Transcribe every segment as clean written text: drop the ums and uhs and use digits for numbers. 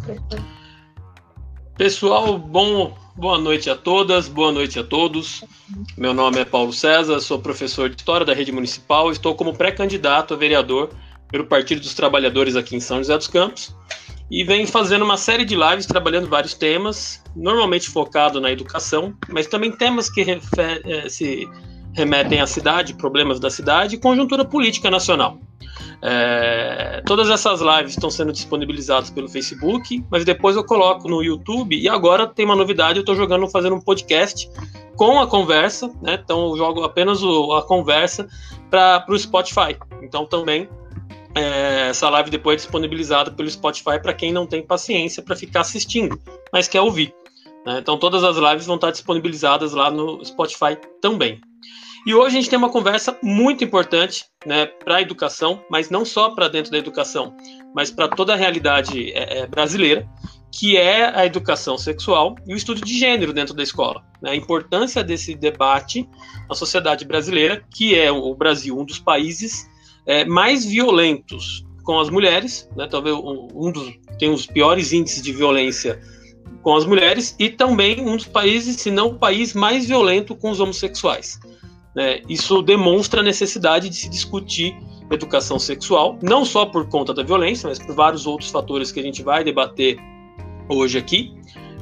Pessoal, boa noite a todas, boa noite a todos. Meu nome é Paulo César, sou professor de História da Rede Municipal, estou como pré-candidato a vereador pelo Partido dos Trabalhadores aqui em São José dos Campos e venho fazendo uma série de lives trabalhando vários temas, normalmente focado na educação, mas também temas que se remetem à cidade, problemas da cidade e conjuntura política nacional. Todas essas lives estão sendo disponibilizadas pelo Facebook, mas depois eu coloco no YouTube e agora tem uma novidade, eu estou fazendo um podcast com a conversa, né? Então eu jogo apenas a conversa para o Spotify. Então também essa live depois é disponibilizada pelo Spotify para quem não tem paciência para ficar assistindo, mas quer ouvir, né? Então todas as lives vão estar disponibilizadas lá no Spotify também. E hoje a gente tem uma conversa muito importante, né, para a educação, mas não só para dentro da educação, mas para toda a realidade brasileira, que é a educação sexual e o estudo de gênero dentro da escola, né? A importância desse debate na sociedade brasileira, que é o Brasil um dos países mais violentos com as mulheres, né? Talvez tem os piores índices de violência com as mulheres e também um dos países, se não o país mais violento com os homossexuais. Isso demonstra a necessidade de se discutir educação sexual, não só por conta da violência, mas por vários outros fatores que a gente vai debater hoje aqui,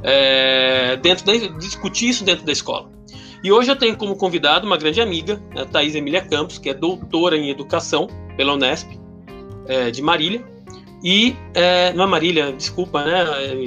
discutir isso dentro da escola. E hoje eu tenho como convidado uma grande amiga, a Thaís Emília Campos, que é doutora em educação pela Unesp, de Marília. E, não é Marília, desculpa, né?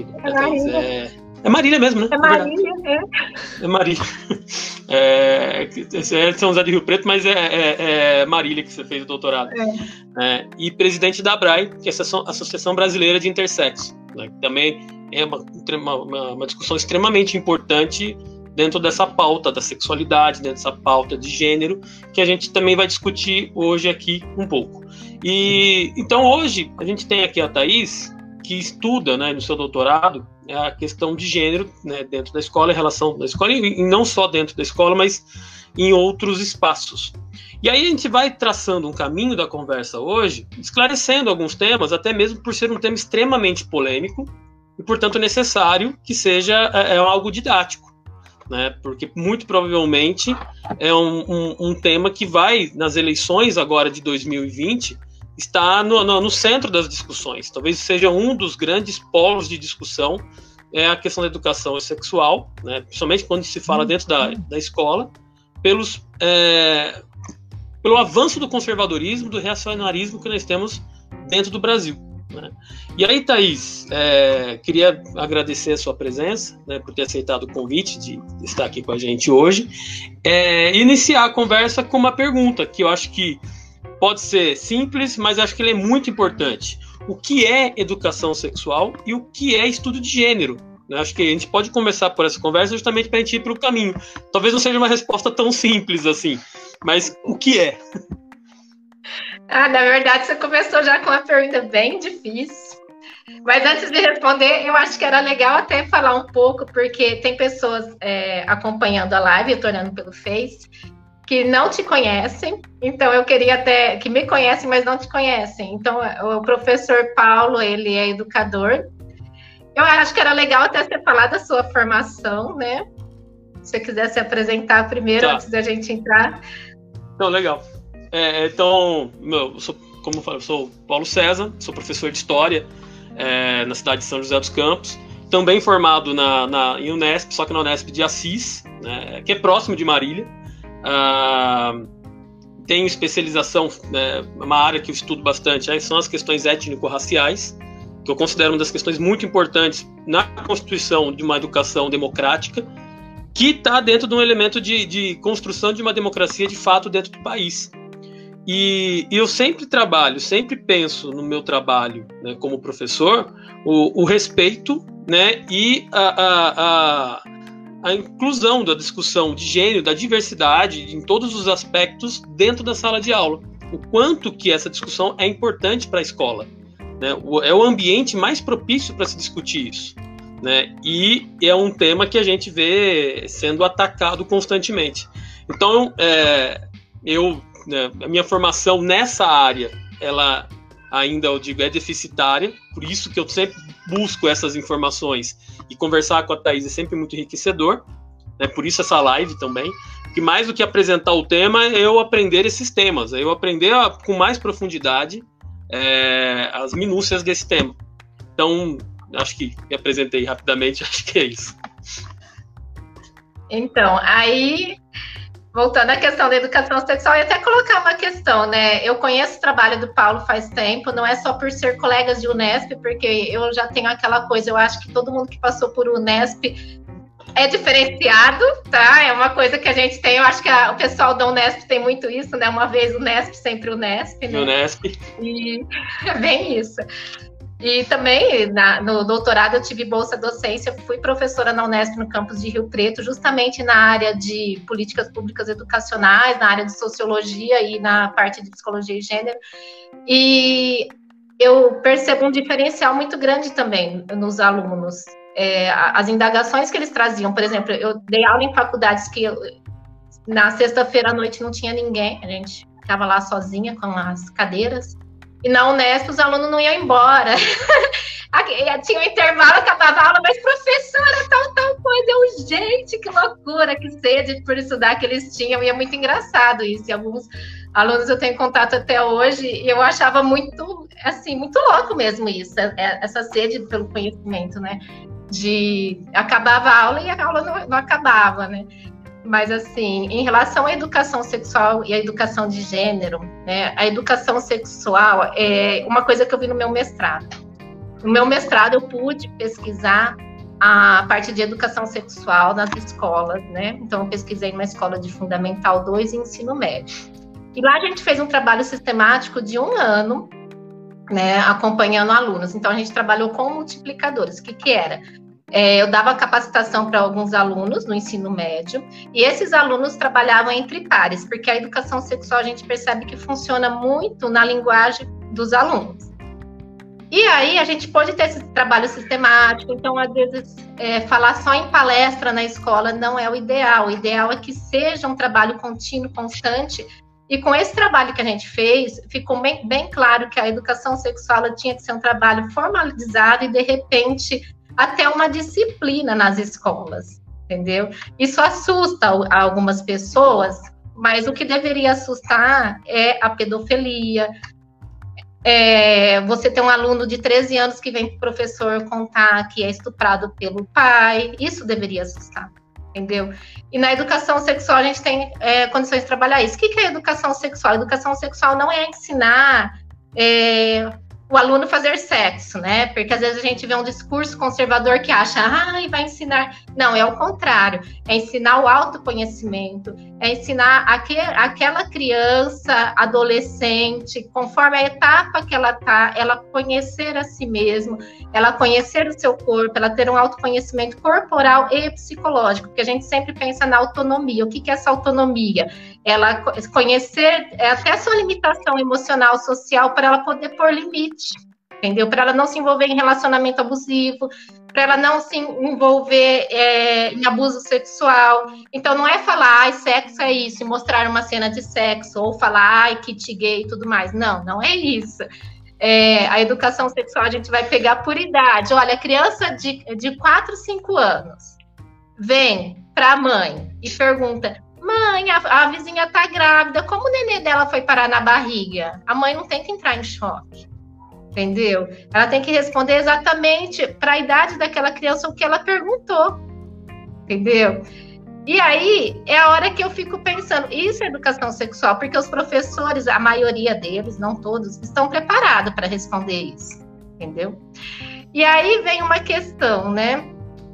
É Marília mesmo, né? É Marília, É Marília. É de São José de Rio Preto, mas é Marília que você fez o doutorado. E presidente da ABRAE, que é a Associação Brasileira de Intersexo, né? Que também é uma discussão extremamente importante dentro dessa pauta da sexualidade, dentro dessa pauta de gênero, que a gente também vai discutir hoje aqui um pouco. E então hoje a gente tem aqui a Thaís, que estuda, né, no seu doutorado a questão de gênero, né, dentro da escola, em relação da escola, e não só dentro da escola, mas em outros espaços. E aí a gente vai traçando um caminho da conversa hoje, esclarecendo alguns temas, até mesmo por ser um tema extremamente polêmico, e portanto necessário que seja algo didático, né, porque muito provavelmente é um tema que vai, nas eleições agora de 2020, está no centro das discussões. Talvez seja um dos grandes polos de discussão a questão da educação sexual, né? Principalmente quando se fala dentro da escola, pelo avanço do conservadorismo, do reacionarismo que nós temos dentro do Brasil, né? E aí, Thaís, queria agradecer a sua presença, né, por ter aceitado o convite de estar aqui com a gente hoje, iniciar a conversa com uma pergunta que eu acho que pode ser simples, mas acho que ele é muito importante. O que é educação sexual e o que é estudo de gênero? Eu acho que a gente pode começar por essa conversa justamente para a gente ir para o caminho. Talvez não seja uma resposta tão simples assim, mas o que é? Na verdade, você começou já com uma pergunta bem difícil. Mas antes de responder, eu acho que era legal até falar um pouco, porque tem pessoas acompanhando a live, eu estou olhando pelo Face, que não te conhecem, então eu queria até, que me conhecem, mas não te conhecem. Então, o professor Paulo, ele é educador. Eu acho que era legal até você falar da sua formação, né? Se você quiser se apresentar primeiro, antes da gente entrar. Então, legal. Então, como eu falei, eu sou Paulo César, sou professor de História na cidade de São José dos Campos, também formado em Unesp, só que na Unesp de Assis, né, que é próximo de Marília. Tenho especialização, uma área que eu estudo bastante, são as questões étnico-raciais, que eu considero uma das questões muito importantes na constituição de uma educação democrática, que está dentro de um elemento de construção de uma democracia de fato dentro do país. E eu sempre penso no meu trabalho, né, como professor, o respeito, né, e a inclusão da discussão de gênero, da diversidade em todos os aspectos dentro da sala de aula. O quanto que essa discussão é importante para a escola, né? É o ambiente mais propício para se discutir isso, né? E é um tema que a gente vê sendo atacado constantemente. Então, a minha formação nessa área, ela ainda, eu digo, é deficitária, por isso que eu sempre busco essas informações e conversar com a Thaís é sempre muito enriquecedor, né? Por isso essa live também, que mais do que apresentar o tema, é eu aprender esses temas, é eu aprender com mais profundidade as minúcias desse tema. Então, acho que me apresentei rapidamente, acho que é isso. Então, aí, voltando à questão da educação sexual, e até colocar uma questão, né? Eu conheço o trabalho do Paulo faz tempo, não é só por ser colegas de Unesp, porque eu já tenho aquela coisa, eu acho que todo mundo que passou por Unesp é diferenciado, tá? É uma coisa que a gente tem, eu acho que o pessoal da Unesp tem muito isso, né? Uma vez Unesp, sempre Unesp, né? Unesp. E é bem isso. E também, no doutorado, eu tive bolsa docência, fui professora na Unesp no campus de Rio Preto, justamente na área de políticas públicas educacionais, na área de sociologia e na parte de psicologia e gênero. E eu percebo um diferencial muito grande também nos alunos. As indagações que eles traziam, por exemplo, eu dei aula em faculdades que na sexta-feira à noite não tinha ninguém, a gente ficava lá sozinha com as cadeiras. E na Unesp os alunos não iam embora. Tinha um intervalo, acabava a aula, mas professora, tal coisa. Eu, gente, que loucura, que sede por estudar que eles tinham. E é muito engraçado isso. E alguns alunos eu tenho contato até hoje, e eu achava muito, assim, muito louco mesmo isso, essa sede pelo conhecimento, né? De acabava a aula e a aula não acabava, né? Mas, assim, em relação à educação sexual e à educação de gênero, né, a educação sexual é uma coisa que eu vi no meu mestrado. No meu mestrado, eu pude pesquisar a parte de educação sexual nas escolas, né? Então, eu pesquisei numa escola de Fundamental 2 e ensino médio. E lá a gente fez um trabalho sistemático de 1 ano, né, acompanhando alunos. Então, a gente trabalhou com multiplicadores. O que era? Eu dava capacitação para alguns alunos no ensino médio, e esses alunos trabalhavam entre pares, porque a educação sexual a gente percebe que funciona muito na linguagem dos alunos. E aí a gente pode ter esse trabalho sistemático, então às vezes falar só em palestra na escola não é o ideal é que seja um trabalho contínuo, constante, e com esse trabalho que a gente fez, ficou bem claro que a educação sexual ela tinha que ser um trabalho formalizado e de repente até uma disciplina nas escolas, entendeu? Isso assusta algumas pessoas, mas o que deveria assustar é a pedofilia. Você tem um aluno de 13 anos que vem para o professor contar que é estuprado pelo pai, isso deveria assustar, entendeu? E na educação sexual a gente tem condições de trabalhar isso. O que é educação sexual? Educação sexual não é ensinar o aluno fazer sexo, né? Porque às vezes a gente vê um discurso conservador que acha, vai ensinar. Não, é o contrário. É ensinar o autoconhecimento, é ensinar aquela criança, adolescente, conforme a etapa que ela está, ela conhecer a si mesma, ela conhecer o seu corpo, ela ter um autoconhecimento corporal e psicológico, porque a gente sempre pensa na autonomia. O que é essa autonomia? Ela conhecer até a sua limitação emocional, social, para ela poder pôr limite, entendeu? Para ela não se envolver em relacionamento abusivo, para ela não se envolver em abuso sexual. Então, não é falar, sexo é isso, e mostrar uma cena de sexo, ou falar, kit gay e tudo mais. Não é isso. A educação sexual a gente vai pegar por idade. Olha, a criança de 4, 5 anos vem para a mãe e pergunta: mãe, a vizinha tá grávida, como o nenê dela foi parar na barriga? A mãe não tem que entrar em choque, entendeu? Ela tem que responder exatamente para a idade daquela criança o que ela perguntou, entendeu? E aí é a hora que eu fico pensando, isso é educação sexual, porque os professores, a maioria deles, não todos, estão preparados para responder isso, entendeu? E aí vem uma questão, né?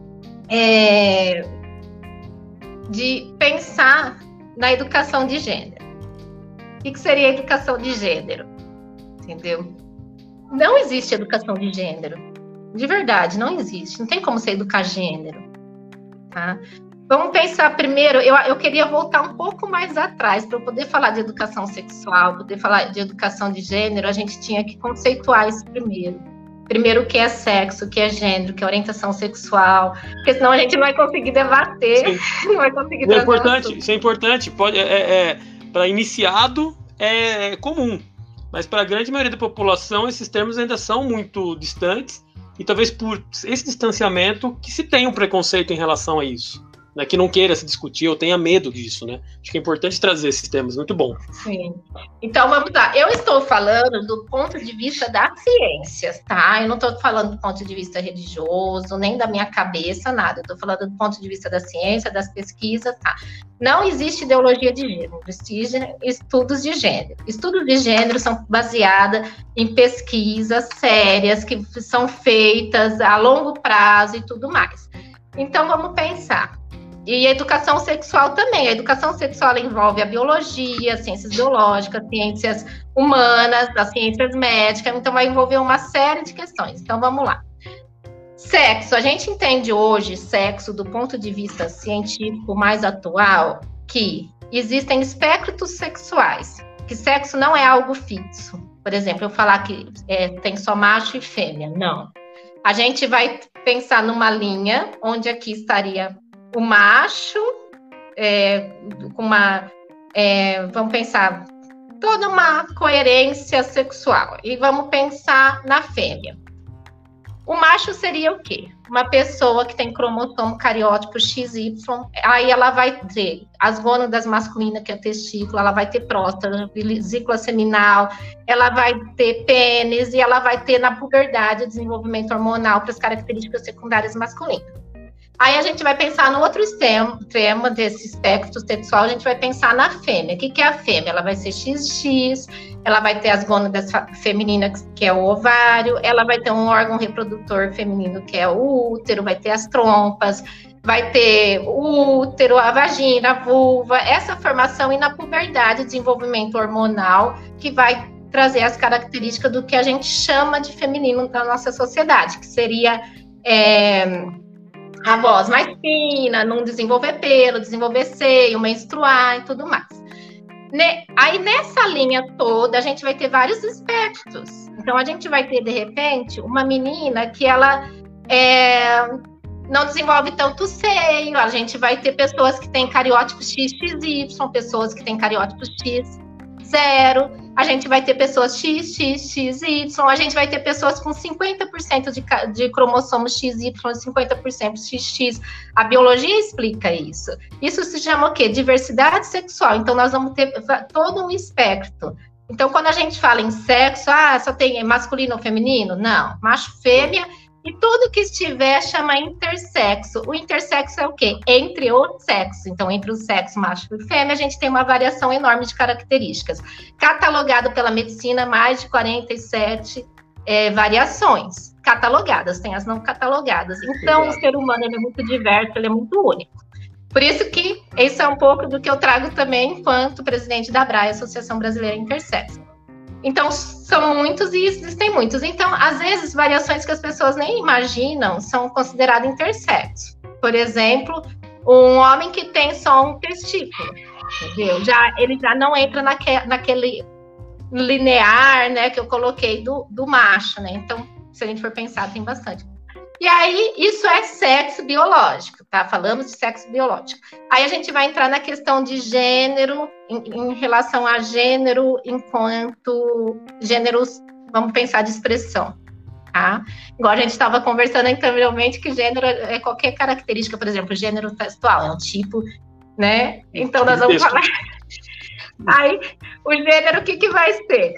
De pensar na educação de gênero. O que seria a educação de gênero? Entendeu? Não existe educação de gênero. De verdade, não existe. Não tem como você educar gênero. Tá? Vamos pensar primeiro, eu queria voltar um pouco mais atrás, para eu poder falar de educação sexual, poder falar de educação de gênero, a gente tinha que conceituar isso primeiro. Primeiro, o que é sexo, o que é gênero, o que é orientação sexual, porque senão a gente não vai conseguir debater, não vai conseguir trazer isso é importante, para iniciado é comum, mas para a grande maioria da população esses termos ainda são muito distantes e talvez por esse distanciamento que se tem um preconceito em relação a isso, né, que não queira se discutir ou tenha medo disso, né? Acho que é importante trazer esses temas, muito bom. Sim. Então, vamos lá. Eu estou falando do ponto de vista das ciências, tá? Eu não estou falando do ponto de vista religioso, nem da minha cabeça, nada. Eu estou falando do ponto de vista da ciência, das pesquisas, tá? Não existe ideologia de gênero, existem estudos de gênero. Estudos de gênero são baseados em pesquisas sérias que são feitas a longo prazo e tudo mais. Então, vamos pensar. E a educação sexual também. A educação sexual envolve a biologia, as ciências biológicas, ciências humanas, as ciências médicas. Então, vai envolver uma série de questões. Então, vamos lá. Sexo. A gente entende hoje sexo do ponto de vista científico mais atual, que existem espectros sexuais, que sexo não é algo fixo. Por exemplo, eu falar que tem só macho e fêmea. Não. A gente vai pensar numa linha onde aqui estaria o macho, com uma, vamos pensar, toda uma coerência sexual. E vamos pensar na fêmea. O macho seria o quê? Uma pessoa que tem cromossomo cariótipo XY, aí ela vai ter as gônadas masculinas, que é o testículo, ela vai ter próstata, vesícula seminal, ela vai ter pênis e ela vai ter na puberdade o desenvolvimento hormonal para as características secundárias masculinas. Aí a gente vai pensar no outro extremo desse espectro sexual, a gente vai pensar na fêmea. O que é a fêmea? Ela vai ser XX, ela vai ter as gônadas femininas, que é o ovário, ela vai ter um órgão reprodutor feminino, que é o útero, vai ter as trompas, vai ter o útero, a vagina, a vulva, essa formação e na puberdade, desenvolvimento hormonal, que vai trazer as características do que a gente chama de feminino na nossa sociedade, que seria a voz mais fina, não desenvolver pelo, desenvolver seio, menstruar e tudo mais. Aí, nessa linha toda, a gente vai ter vários espectros. Então, a gente vai ter, de repente, uma menina que ela não desenvolve tanto seio, a gente vai ter pessoas que têm cariótipo XXY, pessoas que têm cariótipo X0, a gente vai ter pessoas XXXY, a gente vai ter pessoas com 50% de cromossomo XY, 50% XX. A biologia explica isso. Isso se chama o quê? Diversidade sexual. Então, nós vamos ter todo um espectro. Então, quando a gente fala em sexo, só tem masculino ou feminino? Não. Macho, fêmea, e tudo que estiver chama intersexo. O intersexo é o quê? Entre o sexo. Então, entre o sexo macho e fêmea, a gente tem uma variação enorme de características. Catalogado pela medicina, mais de 47 variações. Catalogadas, tem as não catalogadas. Então, o ser humano ele é muito diverso, ele é muito único. Por isso que esse é um pouco do que eu trago também enquanto presidente da ABRAE, Associação Brasileira Intersexo. Então, são muitos e existem muitos. Então, às vezes, variações que as pessoas nem imaginam são consideradas intersexo. Por exemplo, um homem que tem só um testículo, entendeu? Ele já não entra naquele linear, né, que eu coloquei do macho, né? Então, se a gente for pensar, tem bastante. E aí, isso é sexo biológico, tá? Falamos de sexo biológico. Aí a gente vai entrar na questão de gênero, em relação a gênero enquanto gêneros, vamos pensar de expressão, tá? Igual a gente estava conversando anteriormente que gênero é qualquer característica, por exemplo, gênero textual, é um tipo, né? Então, nós vamos falar... Aí, o gênero, o que vai ser?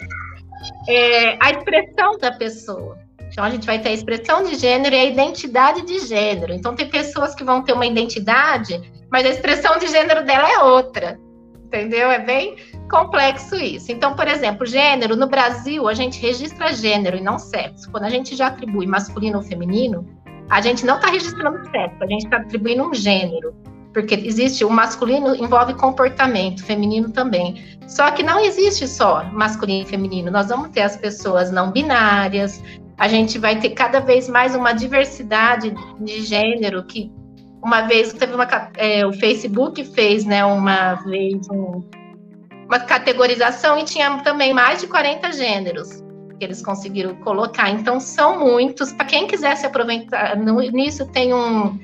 A expressão da pessoa. Então, a gente vai ter a expressão de gênero e a identidade de gênero. Então, tem pessoas que vão ter uma identidade, mas a expressão de gênero dela é outra, entendeu? É bem complexo isso. Então, por exemplo, gênero, no Brasil, a gente registra gênero e não sexo. Quando a gente já atribui masculino ou feminino, a gente não está registrando sexo, a gente está atribuindo um gênero. Porque existe, o masculino envolve comportamento, feminino também. Só que não existe só masculino e feminino. Nós vamos ter as pessoas não binárias, a gente vai ter cada vez mais uma diversidade de gênero, que uma vez teve o Facebook fez, né, uma vez uma categorização e tinha também mais de 40 gêneros que eles conseguiram colocar. Então, são muitos. Para quem quiser se aproveitar nisso, tem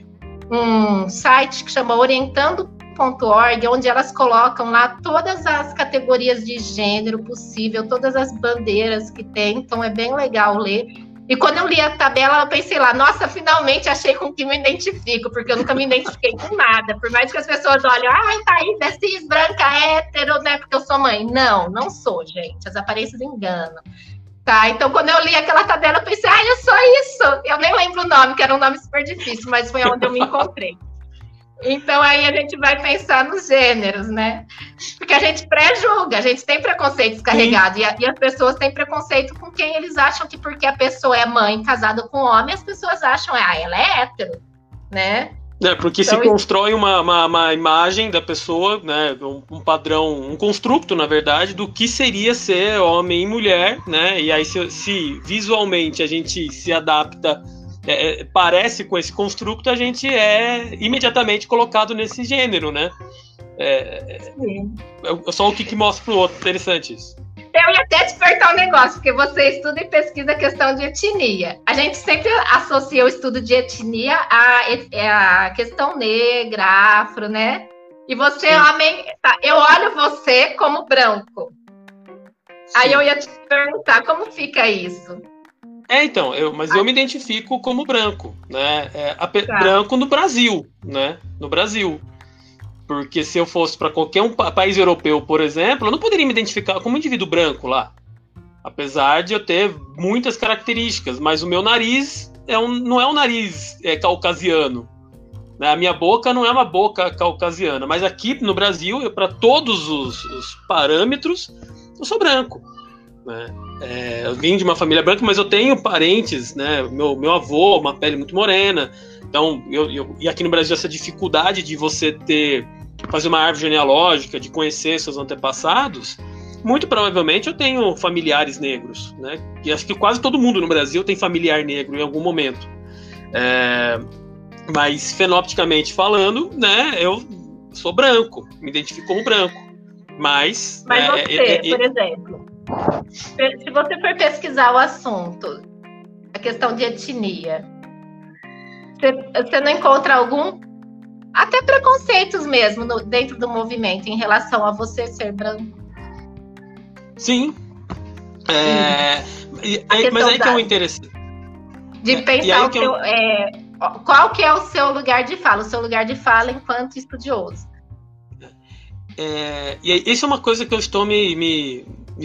um site que chama orientando.org, onde elas colocam lá todas as categorias de gênero possível, todas as bandeiras que tem, então é bem legal ler. E quando eu li a tabela, eu pensei lá, nossa, finalmente achei com que me identifico, porque eu nunca me identifiquei com nada. Por mais que as pessoas olhem, Thaís é cis, branca, hétero, né? Porque eu sou mãe. Não, não sou, gente. As aparências enganam. Tá, então quando eu li aquela tabela, eu pensei, eu sou isso. Eu nem lembro o nome, que era um nome super difícil, mas foi onde eu me encontrei. Então aí a gente vai pensar nos gêneros, né? Porque a gente pré-julga, a gente tem preconceito descarregado, e as pessoas têm preconceito com quem eles acham que porque a pessoa é mãe casada com homem, as pessoas acham, ela é hétero, né? Porque então, se constrói uma imagem da pessoa, né, um padrão, um construto, na verdade, do que seria ser homem e mulher, né? E aí se visualmente a gente se adapta, parece com esse construto, a gente é imediatamente colocado nesse gênero, né? Só o que mostra pro outro. Interessante isso. Eu ia até despertar um negócio, porque você estuda e pesquisa a questão de etnia. A gente sempre associa o estudo de etnia à questão negra, afro, né? E você, homem, eu olho você como branco. Sim. Aí eu ia te perguntar, como fica isso? Então, eu me identifico como branco, né? Branco no Brasil, né? No Brasil. Porque se eu fosse para qualquer país europeu, por exemplo, eu não poderia me identificar como indivíduo branco lá. Apesar de eu ter muitas características, mas o meu nariz não é um nariz caucasiano. Né? A minha boca não é uma boca caucasiana. Mas aqui no Brasil, para todos os parâmetros, eu sou branco. Né? Eu vim de uma família branca, mas eu tenho parentes, né? Meu avô, uma pele muito morena. Então, e aqui no Brasil, essa dificuldade de você fazer uma árvore genealógica, de conhecer seus antepassados, muito provavelmente eu tenho familiares negros, né? E acho que quase todo mundo no Brasil tem familiar negro em algum momento. Mas, fenotipicamente falando, né, eu sou branco, me identifico como branco. Mas você, por exemplo, se você for pesquisar o assunto, a questão de etnia, você não encontra até preconceitos mesmo dentro do movimento em relação a você ser branco? Sim. Mas aí que é o interessante. De pensar qual que é o seu lugar de fala, enquanto estudioso. E isso é uma coisa que eu estou me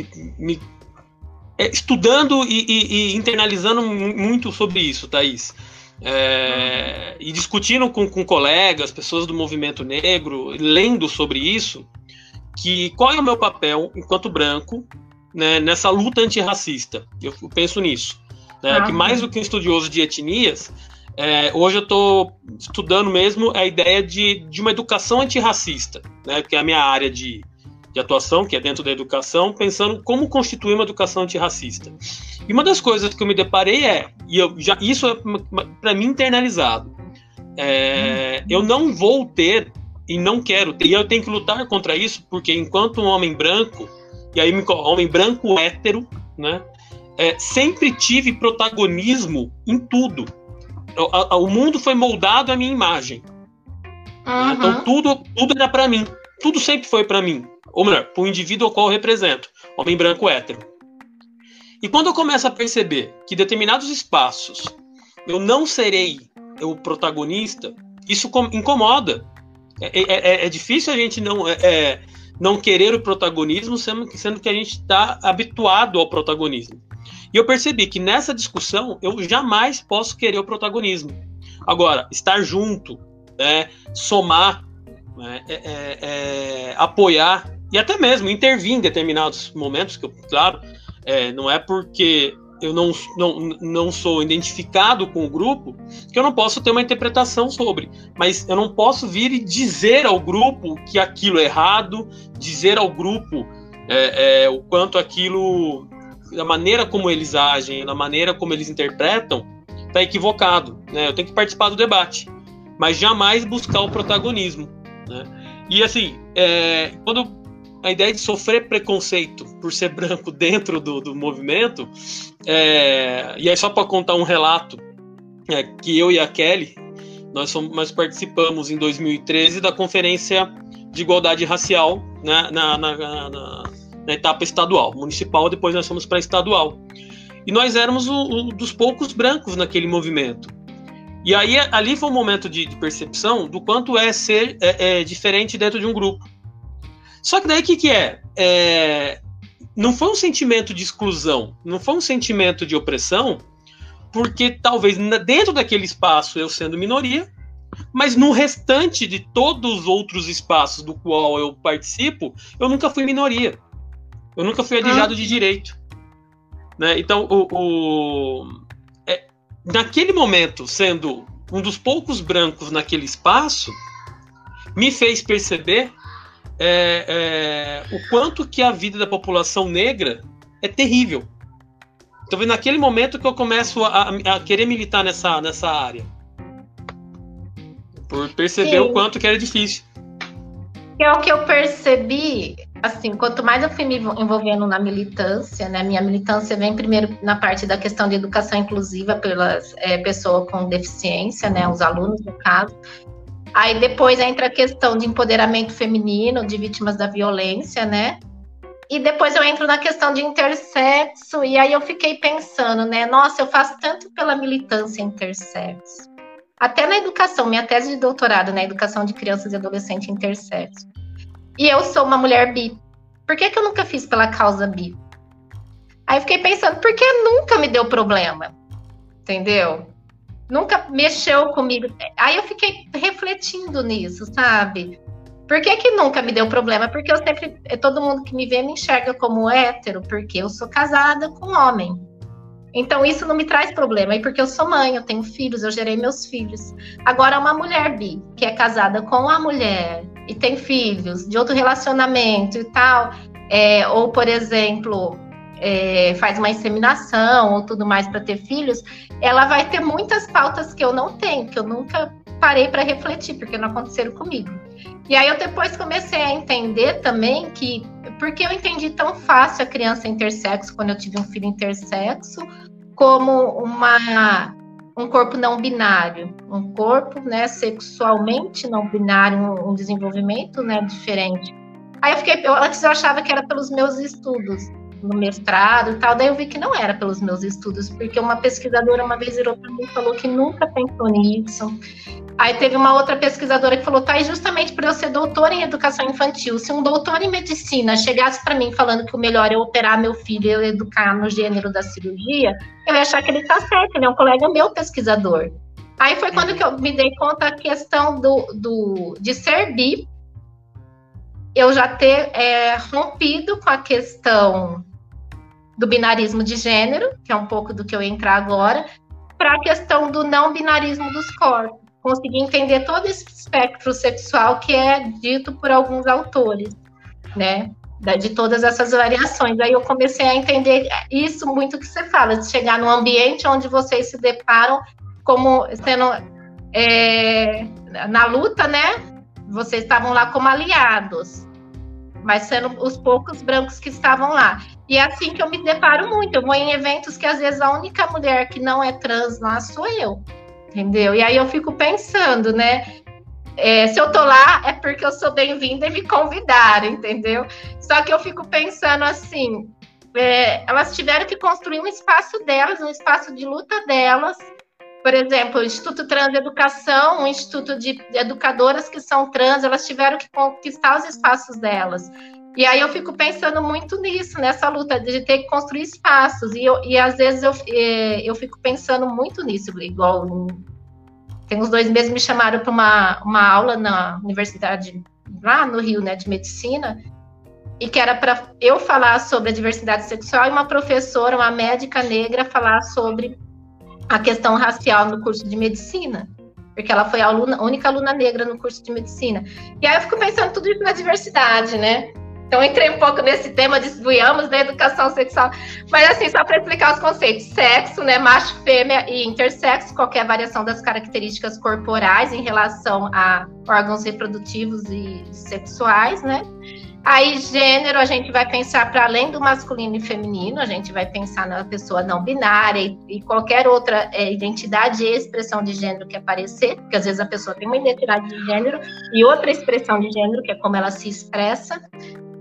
estudando e internalizando muito sobre isso, Thaís. E discutindo com colegas, pessoas do movimento negro, lendo sobre isso, qual é o meu papel enquanto branco, né, nessa luta antirracista. Eu penso nisso, né, que mais do que um estudioso de etnias, hoje eu estou estudando mesmo a ideia de uma educação antirracista, né, que é a minha área de atuação, que é dentro da educação, pensando como constituir uma educação antirracista. E uma das coisas que eu me deparei isso é para mim internalizado, eu não vou ter e não quero ter, e eu tenho que lutar contra isso, porque enquanto um homem branco, e aí homem branco hétero, né, sempre tive protagonismo em tudo. O mundo foi moldado à minha imagem. Né? Então tudo era para mim, tudo sempre foi para mim. Ou melhor, para o indivíduo ao qual eu represento, homem branco hétero. E quando eu começo a perceber que em determinados espaços eu não serei o protagonista, isso incomoda. É difícil a gente não querer o protagonismo, sendo que a gente está habituado ao protagonismo. E eu percebi que nessa discussão eu jamais posso querer o protagonismo. Agora, estar junto, somar, apoiar e até mesmo intervir em determinados momentos, que claro, não é porque eu não sou identificado com o grupo que eu não posso ter uma interpretação sobre, mas eu não posso vir e dizer ao grupo que aquilo é errado, dizer ao grupo o quanto aquilo, da maneira como eles agem, da maneira como eles interpretam, está equivocado, né? Eu tenho que participar do debate, mas jamais buscar o protagonismo, né? E assim, quando a ideia de sofrer preconceito por ser branco dentro do movimento, e aí só para contar um relato, que eu e a Kelly, nós participamos em 2013 da Conferência de Igualdade Racial, né, na etapa estadual, municipal, depois nós fomos para estadual. e nós éramos dos poucos brancos naquele movimento. E aí ali foi um momento de percepção do quanto é ser diferente dentro de um grupo. Só que daí o que é? Não foi um sentimento de exclusão, não foi um sentimento de opressão, porque talvez dentro daquele espaço eu sendo minoria, mas no restante de todos os outros espaços do qual eu participo, eu nunca fui minoria. Eu nunca fui alijado de direito. Né? Então, naquele momento, sendo um dos poucos brancos naquele espaço, me fez perceber o quanto que a vida da população negra é terrível. Então, naquele momento que eu começo a querer militar nessa área. Por perceber o quanto que era difícil. É o que eu percebi, assim, quanto mais eu fui me envolvendo na militância, né? Minha militância vem primeiro na parte da questão de educação inclusiva pelas pessoas com deficiência, né? Os alunos, no caso. Aí depois entra a questão de empoderamento feminino, de vítimas da violência, né? E depois eu entro na questão de intersexo, e aí eu fiquei pensando, né? Nossa, eu faço tanto pela militância intersexo. Até na educação, minha tese de doutorado na educação de crianças e adolescentes intersexo. E eu sou uma mulher bi. Por que eu nunca fiz pela causa bi? Aí eu fiquei pensando, por que nunca me deu problema? Entendeu? Nunca mexeu comigo. Aí eu fiquei refletindo nisso, sabe? Por que nunca me deu problema? Porque eu sempre, todo mundo que me vê me enxerga como hétero, porque eu sou casada com um homem. Então, isso não me traz problema. E porque eu sou mãe, eu tenho filhos, eu gerei meus filhos. Agora, uma mulher bi, que é casada com uma mulher e tem filhos de outro relacionamento e tal, ou, por exemplo, faz uma inseminação ou tudo mais para ter filhos, ela vai ter muitas pautas que eu não tenho, que eu nunca parei para refletir, porque não aconteceram comigo. E aí eu depois comecei a entender também que, porque eu entendi tão fácil a criança intersexo, quando eu tive um filho intersexo, como um corpo não binário, um corpo, né, sexualmente não binário, um desenvolvimento, né, diferente. Aí antes eu achava que era pelos meus estudos, no mestrado e tal, daí eu vi que não era pelos meus estudos, porque uma pesquisadora uma vez virou para mim e falou que nunca pensou nisso. Aí teve uma outra pesquisadora que falou, tá, e justamente por eu ser doutora em educação infantil, se um doutor em medicina chegasse para mim falando que o melhor é operar meu filho e eu educar no gênero da cirurgia, eu ia achar que ele tá certo, ele é um colega meu pesquisador. Aí foi quando que eu me dei conta da questão de ser bi, eu já ter rompido com a questão do binarismo de gênero, que é um pouco do que eu ia entrar agora, para a questão do não binarismo dos corpos. Conseguir entender todo esse espectro sexual que é dito por alguns autores, né? De todas essas variações. Aí eu comecei a entender isso muito que você fala, de chegar num ambiente onde vocês se deparam como sendo na luta, né? Vocês estavam lá como aliados, mas sendo os poucos brancos que estavam lá. E é assim que eu me deparo muito. Eu vou em eventos que às vezes a única mulher que não é trans lá sou eu. Entendeu? E aí eu fico pensando, né? Se eu tô lá é porque eu sou bem-vinda e me convidaram, entendeu? Só que eu fico pensando assim, elas tiveram que construir um espaço delas, um espaço de luta delas. Por exemplo, o Instituto Trans Educação, um instituto de educadoras que são trans, elas tiveram que conquistar os espaços delas. E aí eu fico pensando muito nisso, nessa luta de ter que construir espaços. E às vezes eu fico pensando muito nisso, igual tem uns 2 meses me chamaram para uma aula na universidade lá no Rio, né, de medicina, e que era para eu falar sobre a diversidade sexual e uma professora, uma médica negra, falar sobre a questão racial no curso de medicina, porque ela foi a única aluna negra no curso de medicina. E aí eu fico pensando tudo isso na diversidade, né? Então, eu entrei um pouco nesse tema, desviamos da educação sexual, mas assim, só para explicar os conceitos, sexo, né, macho, fêmea e intersexo, qualquer variação das características corporais em relação a órgãos reprodutivos e sexuais, né? Aí, gênero, a gente vai pensar para além do masculino e feminino, a gente vai pensar na pessoa não binária e qualquer outra identidade e expressão de gênero que aparecer, porque às vezes a pessoa tem uma identidade de gênero e outra expressão de gênero, que é como ela se expressa.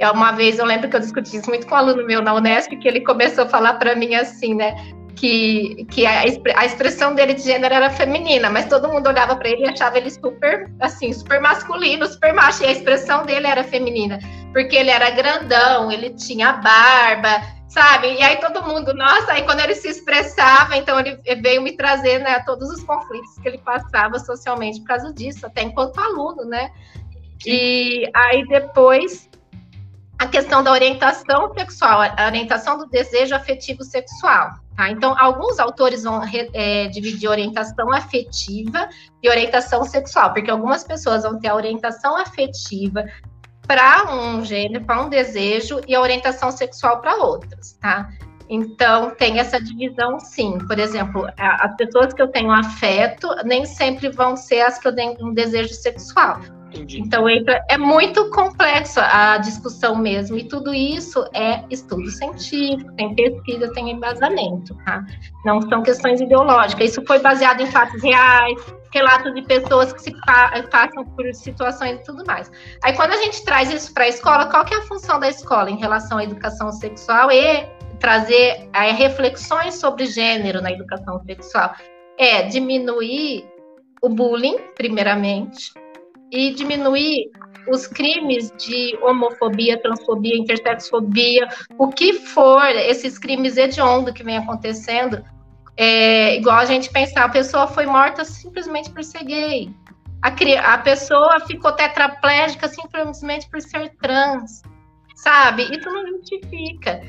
Uma vez eu lembro que eu discuti isso muito com um aluno meu na Unesp, que ele começou a falar para mim assim, né? Que a expressão dele de gênero era feminina, mas todo mundo olhava para ele e achava ele super, assim, super masculino, super macho, e a expressão dele era feminina, porque ele era grandão, ele tinha barba, sabe? E aí todo mundo, nossa, aí quando ele se expressava, então ele veio me trazer, né, todos os conflitos que ele passava socialmente por causa disso, até enquanto aluno, né? E aí depois a questão da orientação sexual, a orientação do desejo afetivo sexual. Tá? Então, alguns autores vão dividir orientação afetiva e orientação sexual, porque algumas pessoas vão ter a orientação afetiva para um gênero, para um desejo, e a orientação sexual para outras, tá? Então, tem essa divisão, sim. Por exemplo, as pessoas que eu tenho afeto nem sempre vão ser as que eu tenho um desejo sexual. Entendi. Então, é muito complexo a discussão mesmo, e tudo isso é estudo científico, tem pesquisa, tem embasamento, tá? Não são questões ideológicas, isso foi baseado em fatos reais, relatos de pessoas que passam por situações e tudo mais. Aí, quando a gente traz isso para a escola, qual que é a função da escola em relação à educação sexual e trazer reflexões sobre gênero na educação sexual? É diminuir o bullying, primeiramente, e diminuir os crimes de homofobia, transfobia, intersexfobia, o que for, esses crimes hediondos que vem acontecendo, igual a gente pensar, a pessoa foi morta simplesmente por ser gay, a pessoa ficou tetraplégica simplesmente por ser trans, sabe? Isso não justifica.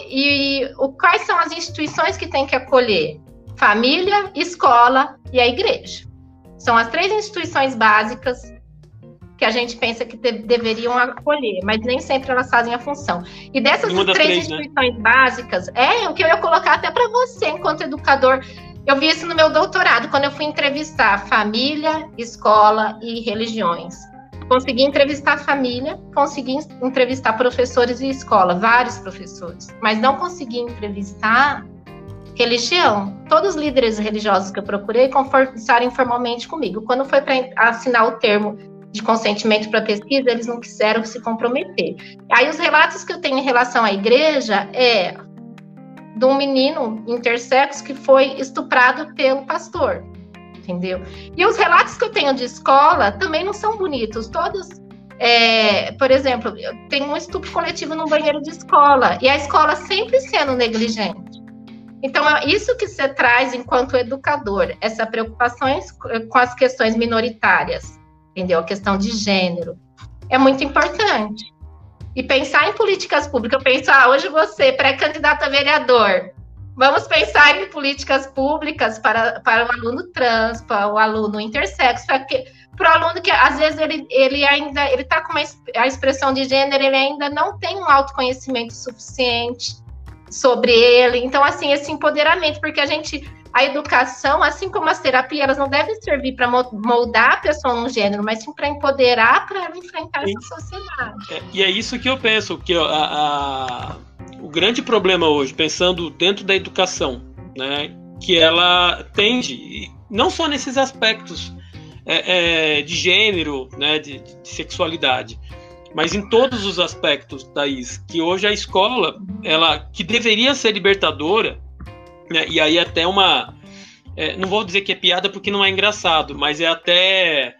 Quais são as instituições que tem que acolher? Família, escola e a igreja. São as 3 instituições básicas que a gente pensa que deveriam acolher, mas nem sempre elas fazem a função. E dessas 3 instituições, né, básicas, o que eu ia colocar até para você, enquanto educador, eu vi isso no meu doutorado, quando eu fui entrevistar família, escola e religiões. Consegui entrevistar família, consegui entrevistar professores e escola, vários professores, mas não consegui entrevistar religião. Todos os líderes religiosos que eu procurei conversaram informalmente comigo. Quando foi para assinar o termo de consentimento para pesquisa, eles não quiseram se comprometer. Aí os relatos que eu tenho em relação à igreja de um menino intersexo que foi estuprado pelo pastor, entendeu? E os relatos que eu tenho de escola também não são bonitos, todos, por exemplo, tem um estupro coletivo no banheiro de escola, e a escola sempre sendo negligente. Então, é isso que você traz enquanto educador, essa preocupação com as questões minoritárias, entendeu? A questão de gênero é muito importante. E pensar em políticas públicas, eu penso, hoje você, pré-candidato a vereador, vamos pensar em políticas públicas para o aluno trans, para o aluno intersexo, para o aluno que, às vezes, ele está com a expressão de gênero, ele ainda não tem um autoconhecimento suficiente sobre ele. Então, assim, esse empoderamento, porque a educação, assim como as terapias, elas não devem servir para moldar a pessoa num gênero, mas sim para empoderar, para ela enfrentar essa sociedade. E é isso que eu penso, que o grande problema hoje, pensando dentro da educação, né, que ela tende, não só nesses aspectos de gênero, né, de sexualidade, mas em todos os aspectos, Thaís, que hoje a escola, ela que deveria ser libertadora, né, e aí até não vou dizer que é piada porque não é engraçado, mas é até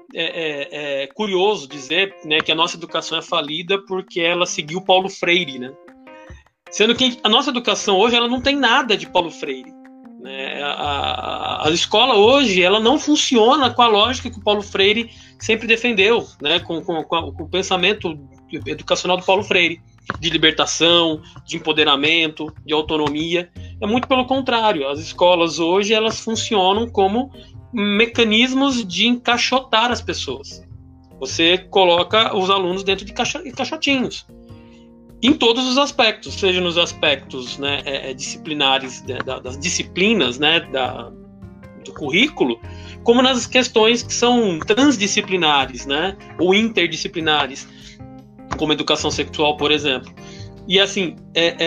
curioso dizer, né, que a nossa educação é falida porque ela seguiu Paulo Freire, né? Sendo que a nossa educação hoje ela não tem nada de Paulo Freire, né? A escola hoje ela não funciona com a lógica que o Paulo Freire sempre defendeu, né? Com o pensamento educacional do Paulo Freire, de libertação, de empoderamento, de autonomia. É muito pelo contrário. As escolas hoje elas funcionam como mecanismos de encaixotar as pessoas. Você coloca os alunos dentro de caixotinhos. Em todos os aspectos, seja nos aspectos, né, disciplinares, das disciplinas, né, do currículo, como nas questões que são transdisciplinares, né, ou interdisciplinares, como educação sexual, por exemplo. E assim,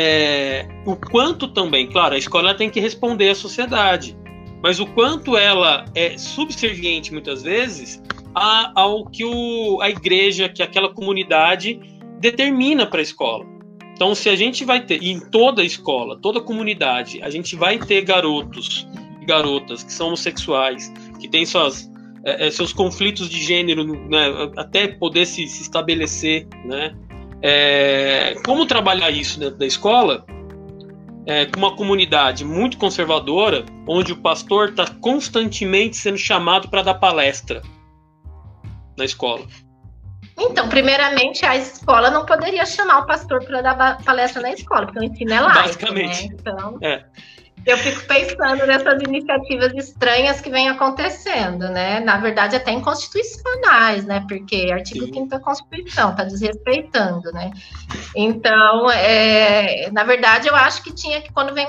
o quanto também, claro, a escola tem que responder à sociedade, mas o quanto ela é subserviente, muitas vezes, ao que a igreja, que aquela comunidade determina para a escola. Então, se a gente vai ter, e em toda escola, toda comunidade, a gente vai ter garotos e garotas que são homossexuais, que têm seus conflitos de gênero, né, até poder se estabelecer, né? Como trabalhar isso dentro da escola? Com uma comunidade muito conservadora, onde o pastor está constantemente sendo chamado para dar palestra na escola. Então, primeiramente, a escola não poderia chamar o pastor para dar palestra na escola, porque o ensino é laico. Basicamente. Né? Então, eu fico pensando nessas iniciativas estranhas que vêm acontecendo, né? Na verdade, até inconstitucionais, né? Porque artigo 5º da Constituição está desrespeitando, né? Então, na verdade, eu acho que tinha que, quando vem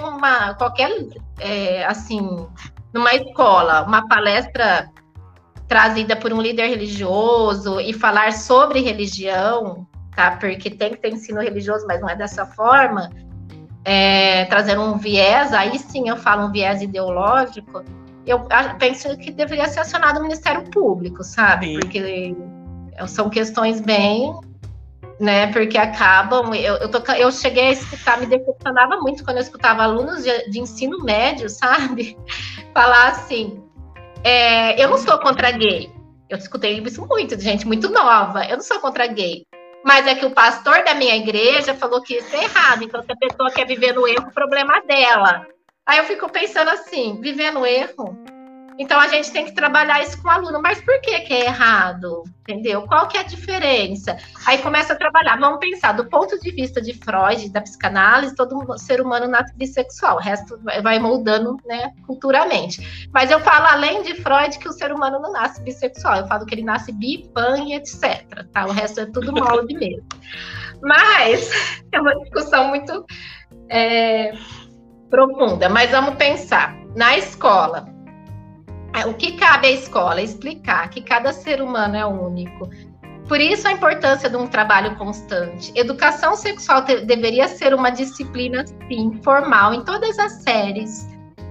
assim, numa escola, uma palestra trazida por um líder religioso e falar sobre religião, tá? Porque tem que ter ensino religioso, mas não é dessa forma, trazendo um viés, aí sim eu falo um viés ideológico, eu penso que deveria ser acionado o Ministério Público, sabe? Sim. Porque são questões bem, né? Porque acabam, eu cheguei a escutar, me decepcionava muito quando eu escutava alunos de ensino médio, sabe? Falar assim, eu não sou contra gay. Eu escutei isso muito, de gente muito nova. Eu não sou contra gay. Mas é que o pastor da minha igreja falou que isso é errado. Então, se a pessoa quer viver no erro, o problema é dela. Aí eu fico pensando assim, viver no erro? Então, a gente tem que trabalhar isso com o aluno. Mas por que é errado? Entendeu? Qual que é a diferença? Aí começa a trabalhar. Vamos pensar, do ponto de vista de Freud, da psicanálise, todo ser humano nasce bissexual. O resto vai moldando, né, culturalmente. Mas eu falo, além de Freud, que o ser humano não nasce bissexual. Eu falo que ele nasce bi, pan e etc. Tá? O resto é tudo molde mesmo. Mas é uma discussão muito profunda. Mas vamos pensar. Na escola, o que cabe à escola? Explicar que cada ser humano é único. Por isso a importância de um trabalho constante. Educação sexual deveria ser uma disciplina, sim, formal, em todas as séries.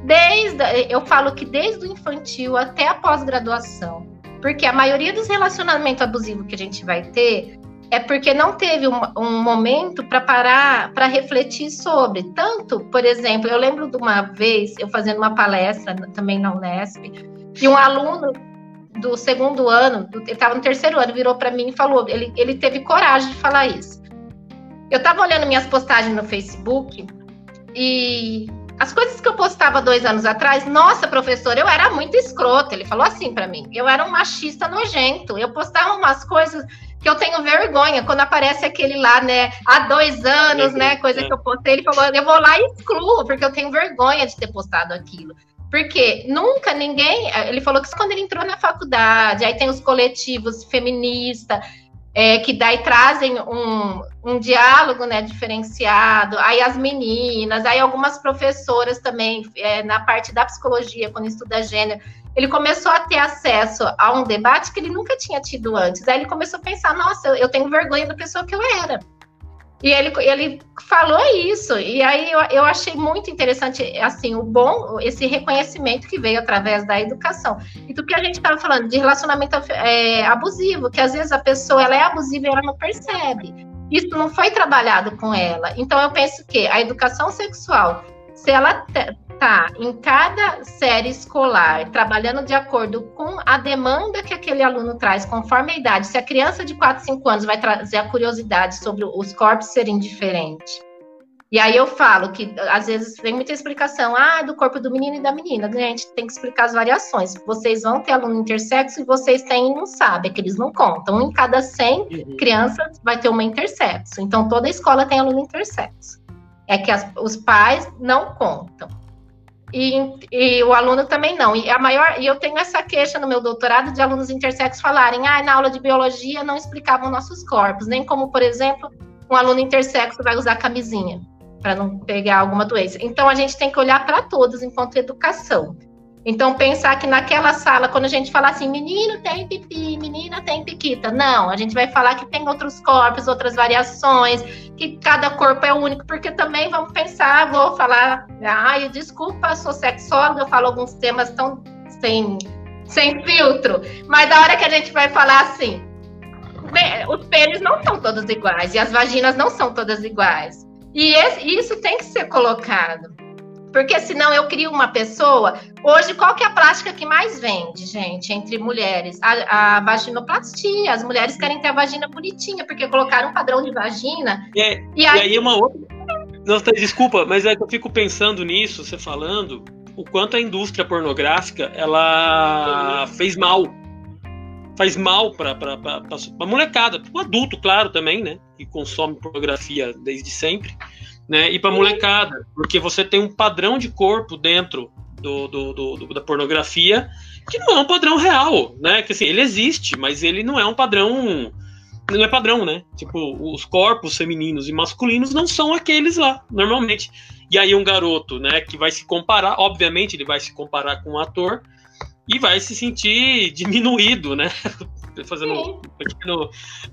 Eu falo que desde o infantil até a pós-graduação. Porque a maioria dos relacionamentos abusivos que a gente vai ter é porque não teve um momento para parar, para refletir sobre. Tanto, por exemplo, eu lembro de uma vez, eu fazendo uma palestra também na Unesp, e um aluno do segundo ano, ele estava no terceiro ano, virou para mim e falou, ele teve coragem de falar isso. Eu estava olhando minhas postagens no Facebook, e as coisas que eu postava 2 anos atrás, nossa, professor, eu era muito escrota. Ele falou assim para mim, eu era um machista nojento, eu postava umas coisas que eu tenho vergonha, quando aparece aquele lá, né, há 2 anos, né, coisa que eu postei, ele falou, eu vou lá e excluo, porque eu tenho vergonha de ter postado aquilo. Porque nunca ninguém, ele falou que quando ele entrou na faculdade, aí tem os coletivos feministas, que daí trazem um diálogo, né, diferenciado, aí as meninas, aí algumas professoras também, na parte da psicologia, quando estuda gênero, ele começou a ter acesso a um debate que ele nunca tinha tido antes. Aí ele começou a pensar, nossa, eu tenho vergonha da pessoa que eu era. E ele falou isso, e aí eu achei muito interessante, assim, esse reconhecimento que veio através da educação. E do que a gente estava falando, de relacionamento abusivo, que às vezes a pessoa ela é abusiva e ela não percebe. Isso não foi trabalhado com ela. Então eu penso que a educação sexual, se ela tá em cada série escolar, trabalhando de acordo com a demanda que aquele aluno traz, conforme a idade, se a criança de 4, 5 anos vai trazer a curiosidade sobre os corpos serem diferentes. E aí eu falo que, às vezes, vem muita explicação, do corpo do menino e da menina, a gente tem que explicar as variações. Vocês vão ter aluno intersexo e vocês têm e não sabem, é que eles não contam. Um em cada 100 crianças vai ter uma intersexo. Então, toda escola tem aluno intersexo. É que os pais não contam. E o aluno também não. E eu tenho essa queixa no meu doutorado de alunos intersexos falarem, na aula de biologia não explicavam nossos corpos, nem como, por exemplo, um aluno intersexo vai usar camisinha para não pegar alguma doença. Então, a gente tem que olhar para todos enquanto educação. Então, pensar que naquela sala, quando a gente fala assim, menino tem pipi, menina tem piquita, não, a gente vai falar que tem outros corpos, outras variações, que cada corpo é único, porque também vamos pensar, vou falar, desculpa, sou sexóloga, eu falo alguns temas tão sem filtro, mas da hora que a gente vai falar assim, os pênis não são todos iguais e as vaginas não são todas iguais. E isso tem que ser colocado. Porque senão eu crio uma pessoa... Hoje, qual que é a plástica que mais vende, gente, entre mulheres? A vaginoplastia. As mulheres querem ter a vagina bonitinha, porque colocaram um padrão de vagina. E aí uma outra... Nossa, desculpa, mas é que eu fico pensando nisso, você falando, o quanto a indústria pornográfica, ela fez mal. Faz mal pra molecada. Pro adulto, claro, também, né? Que consome pornografia desde sempre. Né, e para molecada, porque você tem um padrão de corpo dentro da pornografia que não é um padrão real, né? Que assim, ele existe, mas ele não é um padrão, não é padrão, né? Tipo, os corpos femininos e masculinos não são aqueles lá, normalmente. E aí um garoto, né, que vai se comparar, obviamente ele vai se comparar com um ator e vai se sentir diminuído, né? Fazendo um pequeno...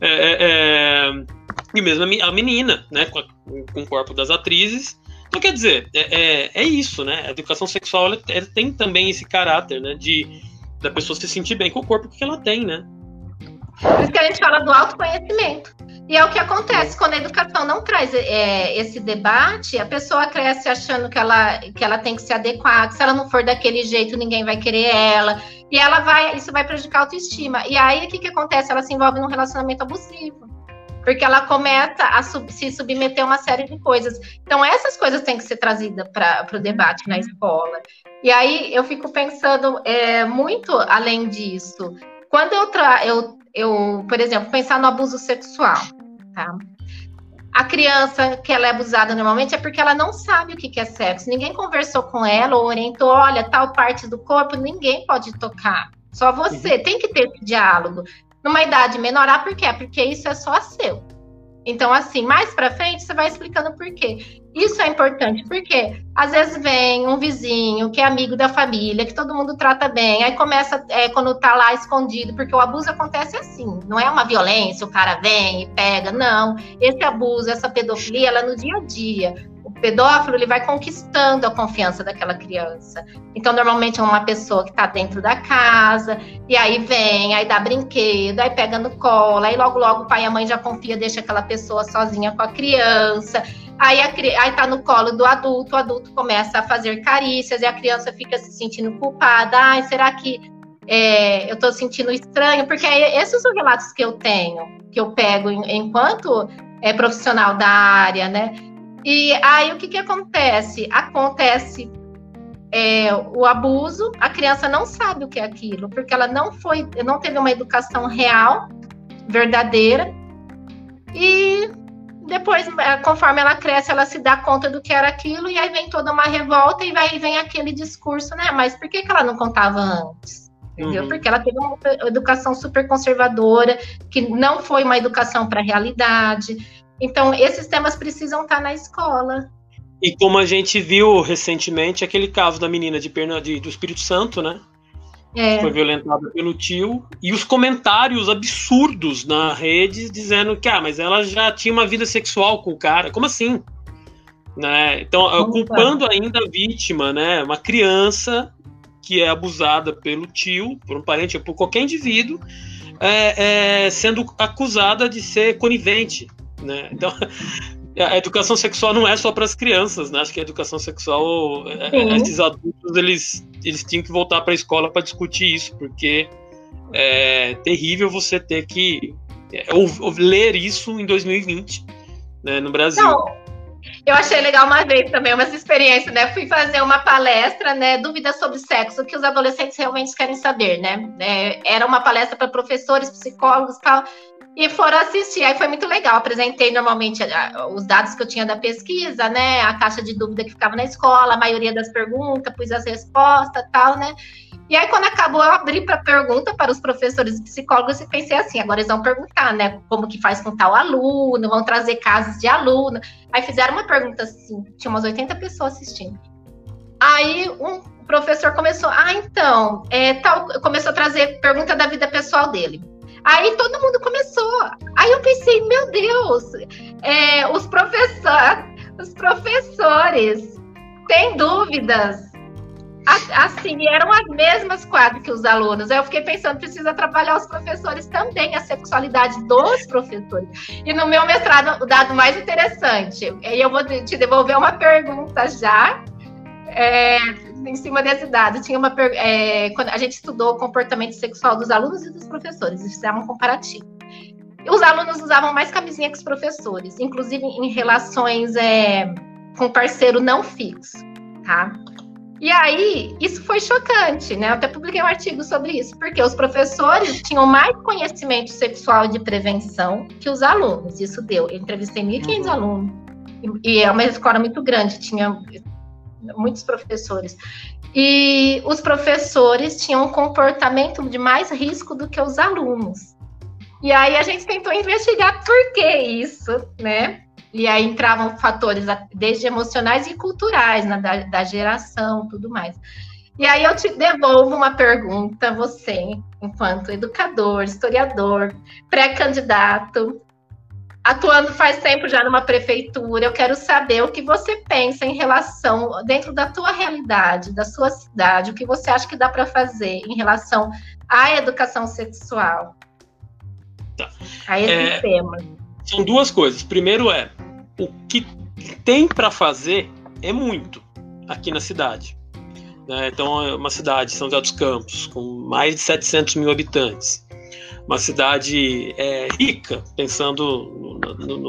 E mesmo a menina, né, com o corpo das atrizes. Então, quer dizer, é isso, né? A educação sexual ela tem também esse caráter, né, da pessoa se sentir bem com o corpo que ela tem, né? Por isso que a gente fala do autoconhecimento. E é o que acontece quando a educação não traz esse debate, a pessoa cresce achando que ela tem que se adequar, que se ela não for daquele jeito, ninguém vai querer ela. E isso vai prejudicar a autoestima. E aí, o que acontece? Ela se envolve num relacionamento abusivo. Porque ela começa a se submeter a uma série de coisas. Então, essas coisas têm que ser trazidas para o debate na escola. E aí, eu fico pensando muito além disso. Quando eu, por exemplo, pensar no abuso sexual, tá? A criança que ela é abusada normalmente é porque ela não sabe o que é sexo. Ninguém conversou com ela ou orientou, olha, tal parte do corpo ninguém pode tocar. Só você. Tem que ter esse diálogo. Numa idade menor, por quê? Porque isso é só seu. Então, assim, mais pra frente, você vai explicando por quê. Isso é importante, porque às vezes vem um vizinho que é amigo da família, que todo mundo trata bem, aí começa, quando tá lá escondido, porque o abuso acontece assim, não é uma violência, o cara vem e pega, não. Esse abuso, essa pedofilia, ela é no dia a dia. O pedófilo, ele vai conquistando a confiança daquela criança. Então, normalmente é uma pessoa que está dentro da casa, e aí vem, aí dá brinquedo, aí pega no colo, aí logo o pai e a mãe já confia, deixa aquela pessoa sozinha com a criança, aí tá no colo do adulto, o adulto começa a fazer carícias, e a criança fica se sentindo culpada. Ai, será que eu estou sentindo estranho? Porque esses são os relatos que eu tenho, que eu pego enquanto profissional da área, né? E aí, o que acontece? Acontece o abuso, a criança não sabe o que é aquilo, porque ela não teve uma educação real, verdadeira, e depois, conforme ela cresce, ela se dá conta do que era aquilo, e aí vem toda uma revolta, e vem aquele discurso, né? Mas por que ela não contava antes? Entendeu? Uhum. Porque ela teve uma educação super conservadora, que não foi uma educação para a realidade. Então, esses temas precisam estar na escola. E como a gente viu recentemente, aquele caso da menina do Espírito Santo, né? Que foi violentada pelo tio. E os comentários absurdos na rede dizendo que, mas ela já tinha uma vida sexual com o cara. Como assim? Né? Então, culpando ainda a vítima, né? Uma criança que é abusada pelo tio, por um parente, por qualquer indivíduo, sendo acusada de ser conivente. Né? Então, a educação sexual não é só para as crianças, né? Acho que a educação sexual, esses adultos, eles tinham que voltar para a escola para discutir isso, porque é terrível você ter que ler isso em 2020, né, no Brasil. Não, eu achei legal uma vez também, umas experiências, né? Fui fazer uma palestra, né? Dúvidas sobre sexo, o que os adolescentes realmente querem saber, né? Era uma palestra para professores, psicólogos e tal. E foram assistir, aí foi muito legal. Apresentei normalmente os dados que eu tinha da pesquisa, né? A caixa de dúvida que ficava na escola, a maioria das perguntas, pus as respostas e tal, né? E aí, quando acabou, eu abri para pergunta para os professores e psicólogos e pensei assim, agora eles vão perguntar, né? Como que faz com tal aluno, vão trazer casos de aluno. Aí fizeram uma pergunta assim, tinha umas 80 pessoas assistindo. Aí um professor começou, começou a trazer pergunta da vida pessoal dele. Aí todo mundo começou. Aí eu pensei, meu Deus, os professores têm dúvidas Assim, eram as mesmas quase que os alunos. Aí eu fiquei pensando, precisa trabalhar os professores também, a sexualidade dos professores. E no meu mestrado, o dado mais interessante, e eu vou te devolver uma pergunta já, em cima desse dado. Tinha quando a gente estudou o comportamento sexual dos alunos e dos professores, fizemos um comparativo. Os alunos usavam mais camisinha que os professores, inclusive em relações com parceiro não fixo, tá? E aí, isso foi chocante, né? Eu até publiquei um artigo sobre isso, porque os professores tinham mais conhecimento sexual de prevenção que os alunos. Isso deu. Eu entrevistei 1.500 alunos, e é uma escola muito grande, tinha muitos professores. E os professores tinham um comportamento de mais risco do que os alunos. E aí a gente tentou investigar por que isso, né? E aí entravam fatores desde emocionais e culturais, né, da geração, tudo mais. E aí eu te devolvo uma pergunta, você, enquanto educador, historiador, pré-candidato, atuando faz tempo já numa prefeitura, eu quero saber o que você pensa em relação, dentro da tua realidade, da sua cidade, o que você acha que dá para fazer em relação à educação sexual, a esse tema. São duas coisas. Primeiro o que tem para fazer é muito aqui na cidade, né? Então é uma cidade, São José dos Campos, com mais de 700 mil habitantes, uma cidade rica, pensando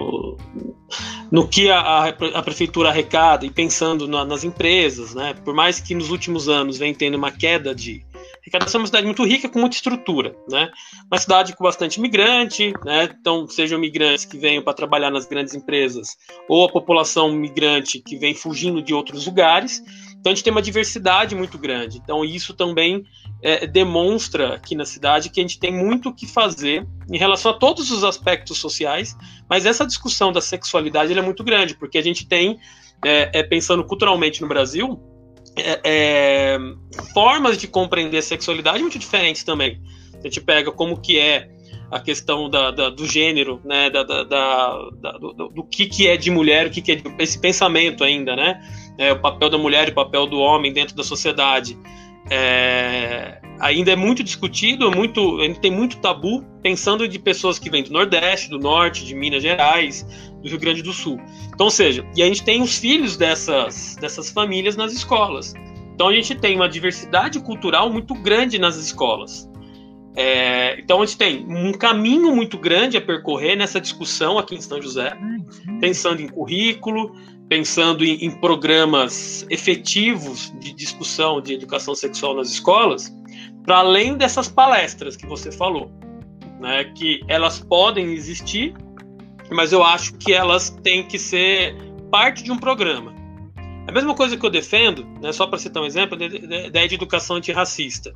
no que a prefeitura arrecada e pensando nas empresas, né? Por mais que nos últimos anos vem tendo uma queda de arrecadação, é uma cidade muito rica, com muita estrutura, né? Uma cidade com bastante imigrante, né? Então, sejam migrantes que venham para trabalhar nas grandes empresas, ou a população migrante que vem fugindo de outros lugares. Então, a gente tem uma diversidade muito grande. Então, isso também demonstra aqui na cidade que a gente tem muito o que fazer em relação a todos os aspectos sociais, mas essa discussão da sexualidade é muito grande, porque a gente tem, pensando culturalmente no Brasil, formas de compreender a sexualidade muito diferentes também. A gente pega como que é a questão do gênero, né, do que é de mulher, o que é esse pensamento ainda, né, o papel da mulher e o papel do homem dentro da sociedade. Ainda é muito discutido, ainda tem muito tabu, pensando de pessoas que vêm do Nordeste, do Norte, de Minas Gerais, do Rio Grande do Sul. Então, ou seja, e a gente tem os filhos dessas famílias nas escolas. Então a gente tem uma diversidade cultural muito grande nas escolas. Então a gente tem um caminho muito grande a percorrer nessa discussão aqui em São José, pensando em currículo, pensando em programas efetivos de discussão de educação sexual nas escolas, para além dessas palestras que você falou, né, que elas podem existir, mas eu acho que elas têm que ser parte de um programa. A mesma coisa que eu defendo, né, só para citar um exemplo, da ideia de educação antirracista.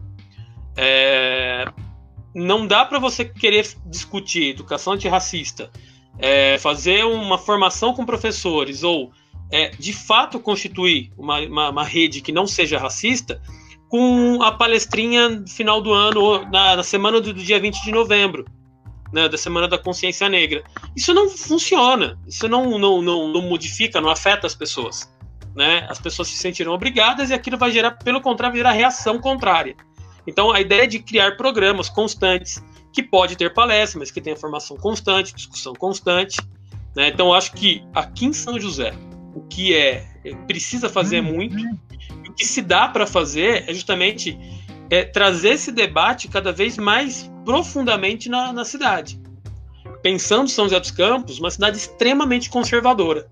Não dá para você querer discutir educação antirracista, fazer uma formação com professores ou, de fato, constituir uma rede que não seja racista com a palestrinha no final do ano, ou na semana do dia 20 de novembro, né, da Semana da Consciência Negra. Isso não funciona, isso não modifica, não afeta as pessoas, né? As pessoas se sentirão obrigadas e aquilo vai gerar, pelo contrário, gerar reação contrária. Então, a ideia de criar programas constantes, que pode ter palestras, mas que tenha formação constante, discussão constante, né? Então, eu acho que aqui em São José, o que precisa fazer muito, e o que se dá para fazer é justamente trazer esse debate cada vez mais profundamente na cidade. Pensando em São José dos Campos, uma cidade extremamente conservadora.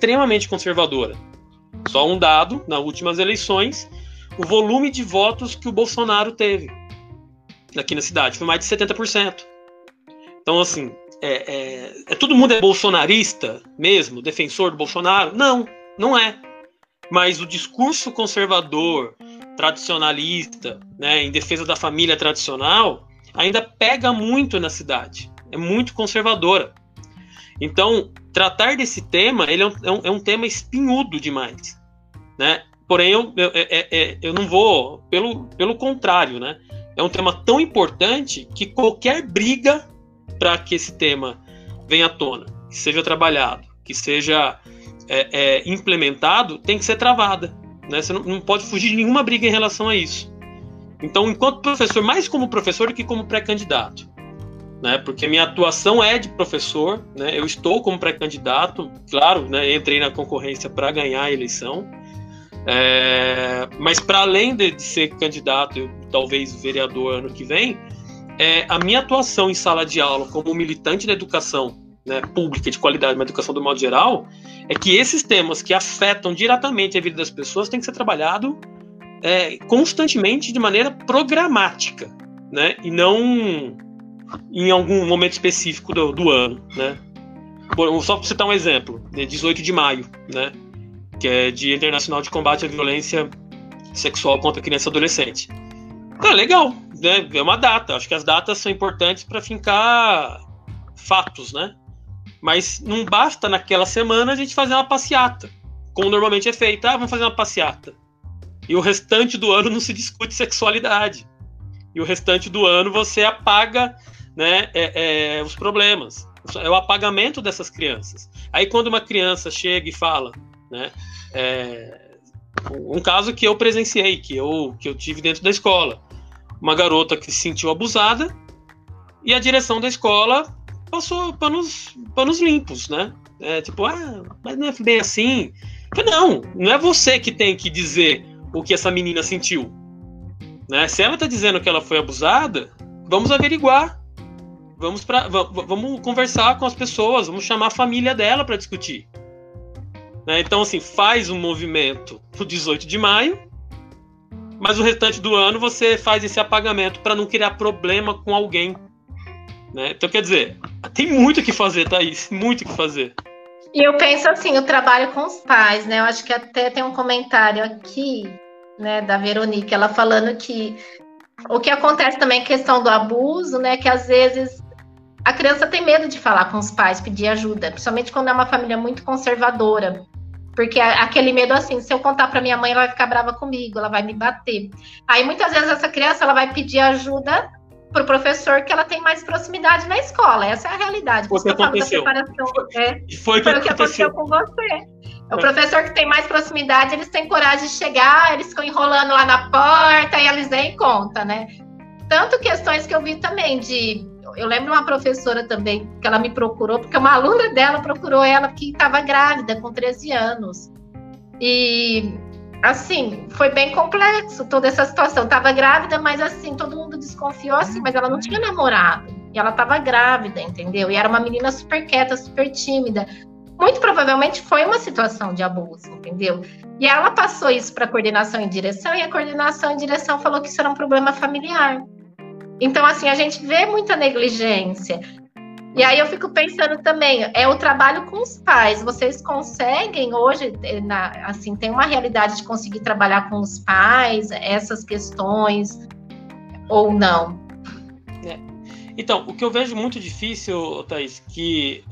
Só um dado, nas últimas eleições, o volume de votos que o Bolsonaro teve aqui na cidade foi mais de 70%. Então, assim, todo mundo é bolsonarista mesmo, defensor do Bolsonaro? Não, não é. Mas o discurso conservador, tradicionalista, né, em defesa da família tradicional, ainda pega muito na cidade. É muito conservadora. Então, tratar desse tema, ele é um tema espinhudo demais, né? Porém, eu não vou, pelo contrário, né? É um tema tão importante que qualquer briga para que esse tema venha à tona, que seja trabalhado, que seja implementado, tem que ser travada. né? Você não pode fugir de nenhuma briga em relação a isso. Então, enquanto professor, mais como professor do que como pré-candidato, né? Porque a minha atuação é de professor, né? Eu estou como pré-candidato, claro, né? Entrei na concorrência para ganhar a eleição, mas para além de ser candidato, talvez vereador ano que vem, a minha atuação em sala de aula como militante da educação, né, pública de qualidade, uma educação do modo geral, é que esses temas que afetam diretamente a vida das pessoas têm que ser trabalhado constantemente de maneira programática, né, e não em algum momento específico do ano, né. Só para citar um exemplo, 18 de maio, né, que é Dia Internacional de Combate à Violência Sexual contra Criança e Adolescente. Legal, né, é uma data, acho que as datas são importantes para fincar fatos, né. Mas não basta naquela semana a gente fazer uma passeata, como normalmente é feito. Vamos fazer uma passeata. E o restante do ano não se discute sexualidade. E o restante do ano você apaga, né, os problemas. É o apagamento dessas crianças. Aí quando uma criança chega e fala, né, um caso que eu presenciei, que eu tive dentro da escola. Uma garota que se sentiu abusada e a direção da escola passou panos limpos, né? Mas não é bem assim. Não é você que tem que dizer o que essa menina sentiu, né? Se ela tá dizendo que ela foi abusada, vamos averiguar, vamos conversar com as pessoas, vamos chamar a família dela para discutir, né? Então, assim, faz um movimento pro 18 de maio, mas o restante do ano você faz esse apagamento para não criar problema com alguém, né? Então, quer dizer, tem muito o que fazer, Thaís, muito o que fazer. E eu penso assim, o trabalho com os pais, né? Eu acho que até tem um comentário aqui, né, da Veronique, ela falando que o que acontece também é a questão do abuso, né? Que às vezes a criança tem medo de falar com os pais, pedir ajuda, principalmente quando é uma família muito conservadora. Porque aquele medo assim, se eu contar para minha mãe, ela vai ficar brava comigo, ela vai me bater. Aí muitas vezes essa criança ela vai pedir ajuda para o professor que ela tem mais proximidade na escola. Essa é a realidade. Foi o que aconteceu. Foi o que aconteceu com você. O professor que tem mais proximidade, eles têm coragem de chegar, eles ficam enrolando lá na porta e eles nem contam, né? Tanto questões que eu vi também eu lembro uma professora também, que ela me procurou, porque uma aluna dela procurou ela que estava grávida, com 13 anos. E, assim, foi bem complexo toda essa situação. Estava grávida, mas, assim, todo mundo desconfiou, assim, mas ela não tinha namorado. E ela estava grávida, entendeu? E era uma menina super quieta, super tímida. Muito provavelmente foi uma situação de abuso, entendeu? E ela passou isso para a coordenação e direção, e a coordenação e direção falou que isso era um problema familiar. Então, assim, a gente vê muita negligência. E aí eu fico pensando também, o trabalho com os pais. Vocês conseguem hoje, assim, tem uma realidade de conseguir trabalhar com os pais, essas questões, ou não? Então, o que eu vejo muito difícil, Thaís, que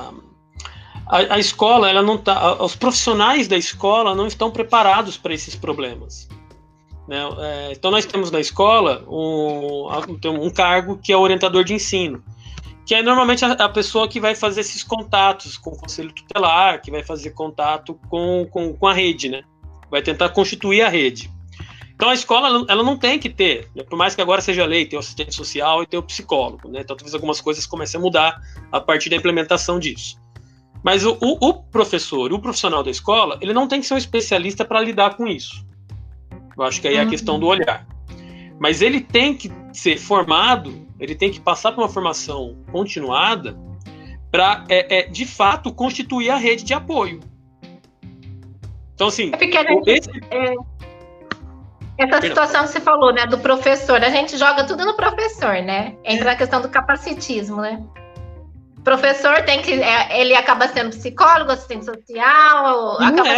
a escola, ela não tá, os profissionais da escola não estão preparados para esses problemas. Né? Então nós temos na escola um cargo que é o orientador de ensino, que é normalmente a pessoa que vai fazer esses contatos com o conselho tutelar, que vai fazer contato com a rede, né? Vai tentar constituir a rede. Então a escola ela não tem que ter, né? Por mais que agora seja lei, tem o assistente social e tem o psicólogo, né? Então talvez algumas coisas comecem a mudar a partir da implementação disso. Mas o professor, o profissional da escola, ele não tem que ser um especialista para lidar com isso. Eu acho que aí é a questão do olhar. Mas ele tem que ser formado, ele tem que passar por uma formação continuada para, de fato, constituir a rede de apoio. Então, assim... Essa situação que você falou, né, do professor, a gente joga tudo no professor, né? Entra na questão do capacitismo, né? O professor tem que... ele acaba sendo psicólogo, assistente social...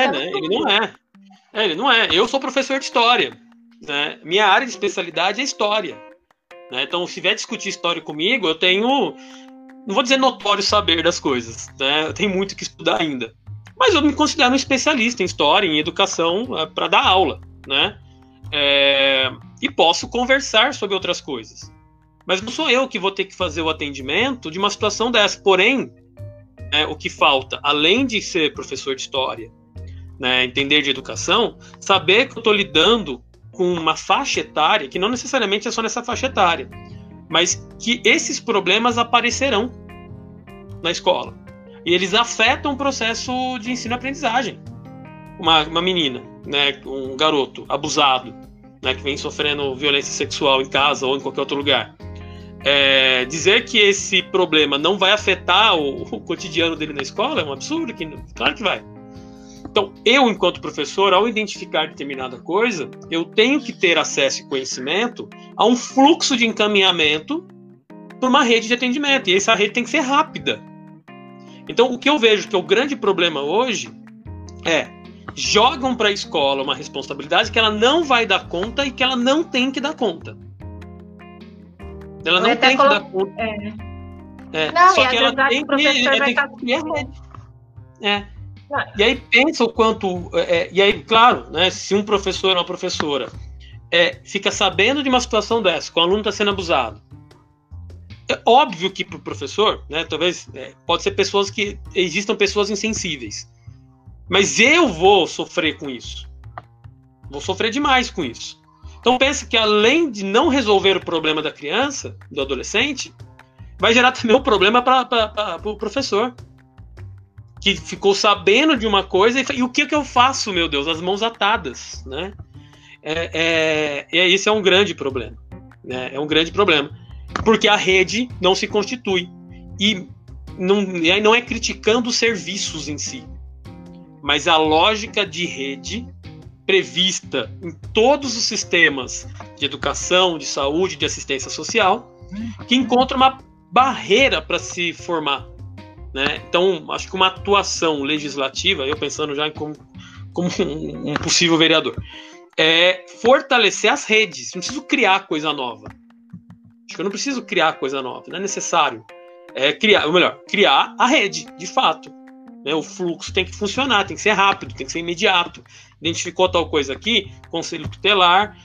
Ele não é. Eu sou professor de história, né? Minha área de especialidade é história, né? Então, se vier discutir história comigo, eu tenho, não vou dizer notório saber das coisas, né? Eu tenho muito que estudar ainda. Mas eu me considero um especialista em história, em educação, para dar aula, né? E posso conversar sobre outras coisas. Mas não sou eu que vou ter que fazer o atendimento de uma situação dessa. Porém, o que falta, além de ser professor de história, né, entender de educação, saber que eu estou lidando com uma faixa etária, que não necessariamente é só nessa faixa etária, mas que esses problemas aparecerão na escola. E eles afetam o processo de ensino-aprendizagem. Uma menina, né, um garoto abusado, né, que vem sofrendo violência sexual em casa ou em qualquer outro lugar. Dizer que esse problema não vai afetar o cotidiano dele na escola é um absurdo, claro que vai. Então, eu, enquanto professor, ao identificar determinada coisa, eu tenho que ter acesso e conhecimento a um fluxo de encaminhamento para uma rede de atendimento, e essa rede tem que ser rápida. Então, o que eu vejo que é o grande problema hoje é jogam para a escola uma responsabilidade que ela não vai dar conta e que ela não tem que dar conta. Ela não tem que dar conta. Só que ela tem que E aí pensa o quanto... e aí, claro, né, se um professor ou uma professora fica sabendo de uma situação dessa, que o aluno está sendo abusado, é óbvio que para o professor, né, talvez pode ser existam pessoas insensíveis, mas eu vou sofrer com isso. Vou sofrer demais com isso. Então pensa que além de não resolver o problema da criança, do adolescente, vai gerar também um problema para o professor, que ficou sabendo de uma coisa e o que eu faço, meu Deus, as mãos atadas, né? Isso é um grande problema, né? É um grande problema, porque a rede não se constitui e não é criticando os serviços em si, mas a lógica de rede prevista em todos os sistemas de educação, de saúde, de assistência social, que encontra uma barreira para se formar, né? Então, acho que uma atuação legislativa, eu pensando já como um possível vereador, é fortalecer as redes. Não preciso criar coisa nova. Acho que eu não preciso criar coisa nova, não é necessário. Criar a rede, de fato. O fluxo tem que funcionar, tem que ser rápido, tem que ser imediato. Identificou tal coisa aqui, conselho tutelar,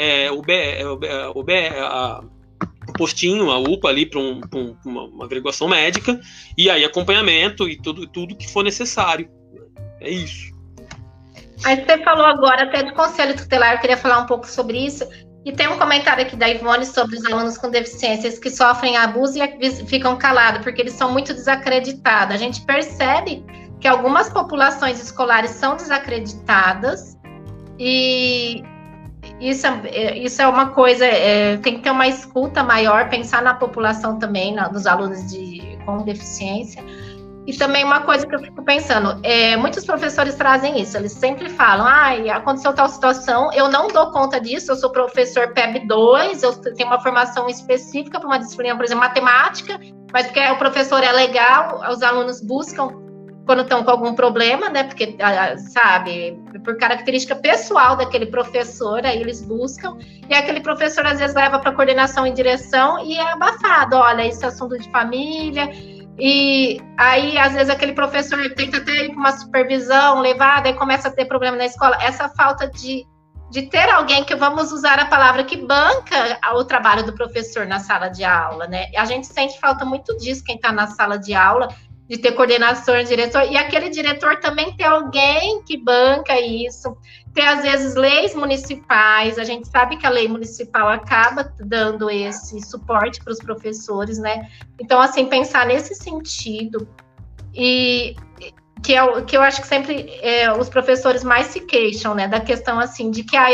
o postinho, a UPA ali para uma averiguação médica, e aí acompanhamento e tudo que for necessário. É isso. Aí você falou agora até de conselho tutelar, eu queria falar um pouco sobre isso. E tem um comentário aqui da Ivone sobre os alunos com deficiências que sofrem abuso e ficam calados, porque eles são muito desacreditados. A gente percebe que algumas populações escolares são desacreditadas, e isso é uma coisa, tem que ter uma escuta maior, pensar na população também, nos alunos com deficiência. E também uma coisa que eu fico pensando, muitos professores trazem isso, eles sempre falam, aconteceu tal situação, eu não dou conta disso, eu sou professor PEB 2, eu tenho uma formação específica para uma disciplina, por exemplo, matemática, mas porque o professor é legal, os alunos buscam quando estão com algum problema, né, porque, sabe, por característica pessoal daquele professor, aí eles buscam, e aquele professor às vezes leva para coordenação e direção, e é abafado, olha, isso é assunto de família. E aí, às vezes, aquele professor tenta até ir para uma supervisão, levar, daí começa a ter problema na escola. Essa falta de ter alguém que, vamos usar a palavra, que banca o trabalho do professor na sala de aula, né? A gente sente falta muito disso, quem está na sala de aula, de ter coordenação, diretor, e aquele diretor também ter alguém que banca isso, ter, às vezes, leis municipais. A gente sabe que a lei municipal acaba dando esse suporte para os professores, né? Então, assim, pensar nesse sentido, e que eu acho que sempre os professores mais se queixam, né? Da questão, assim, de que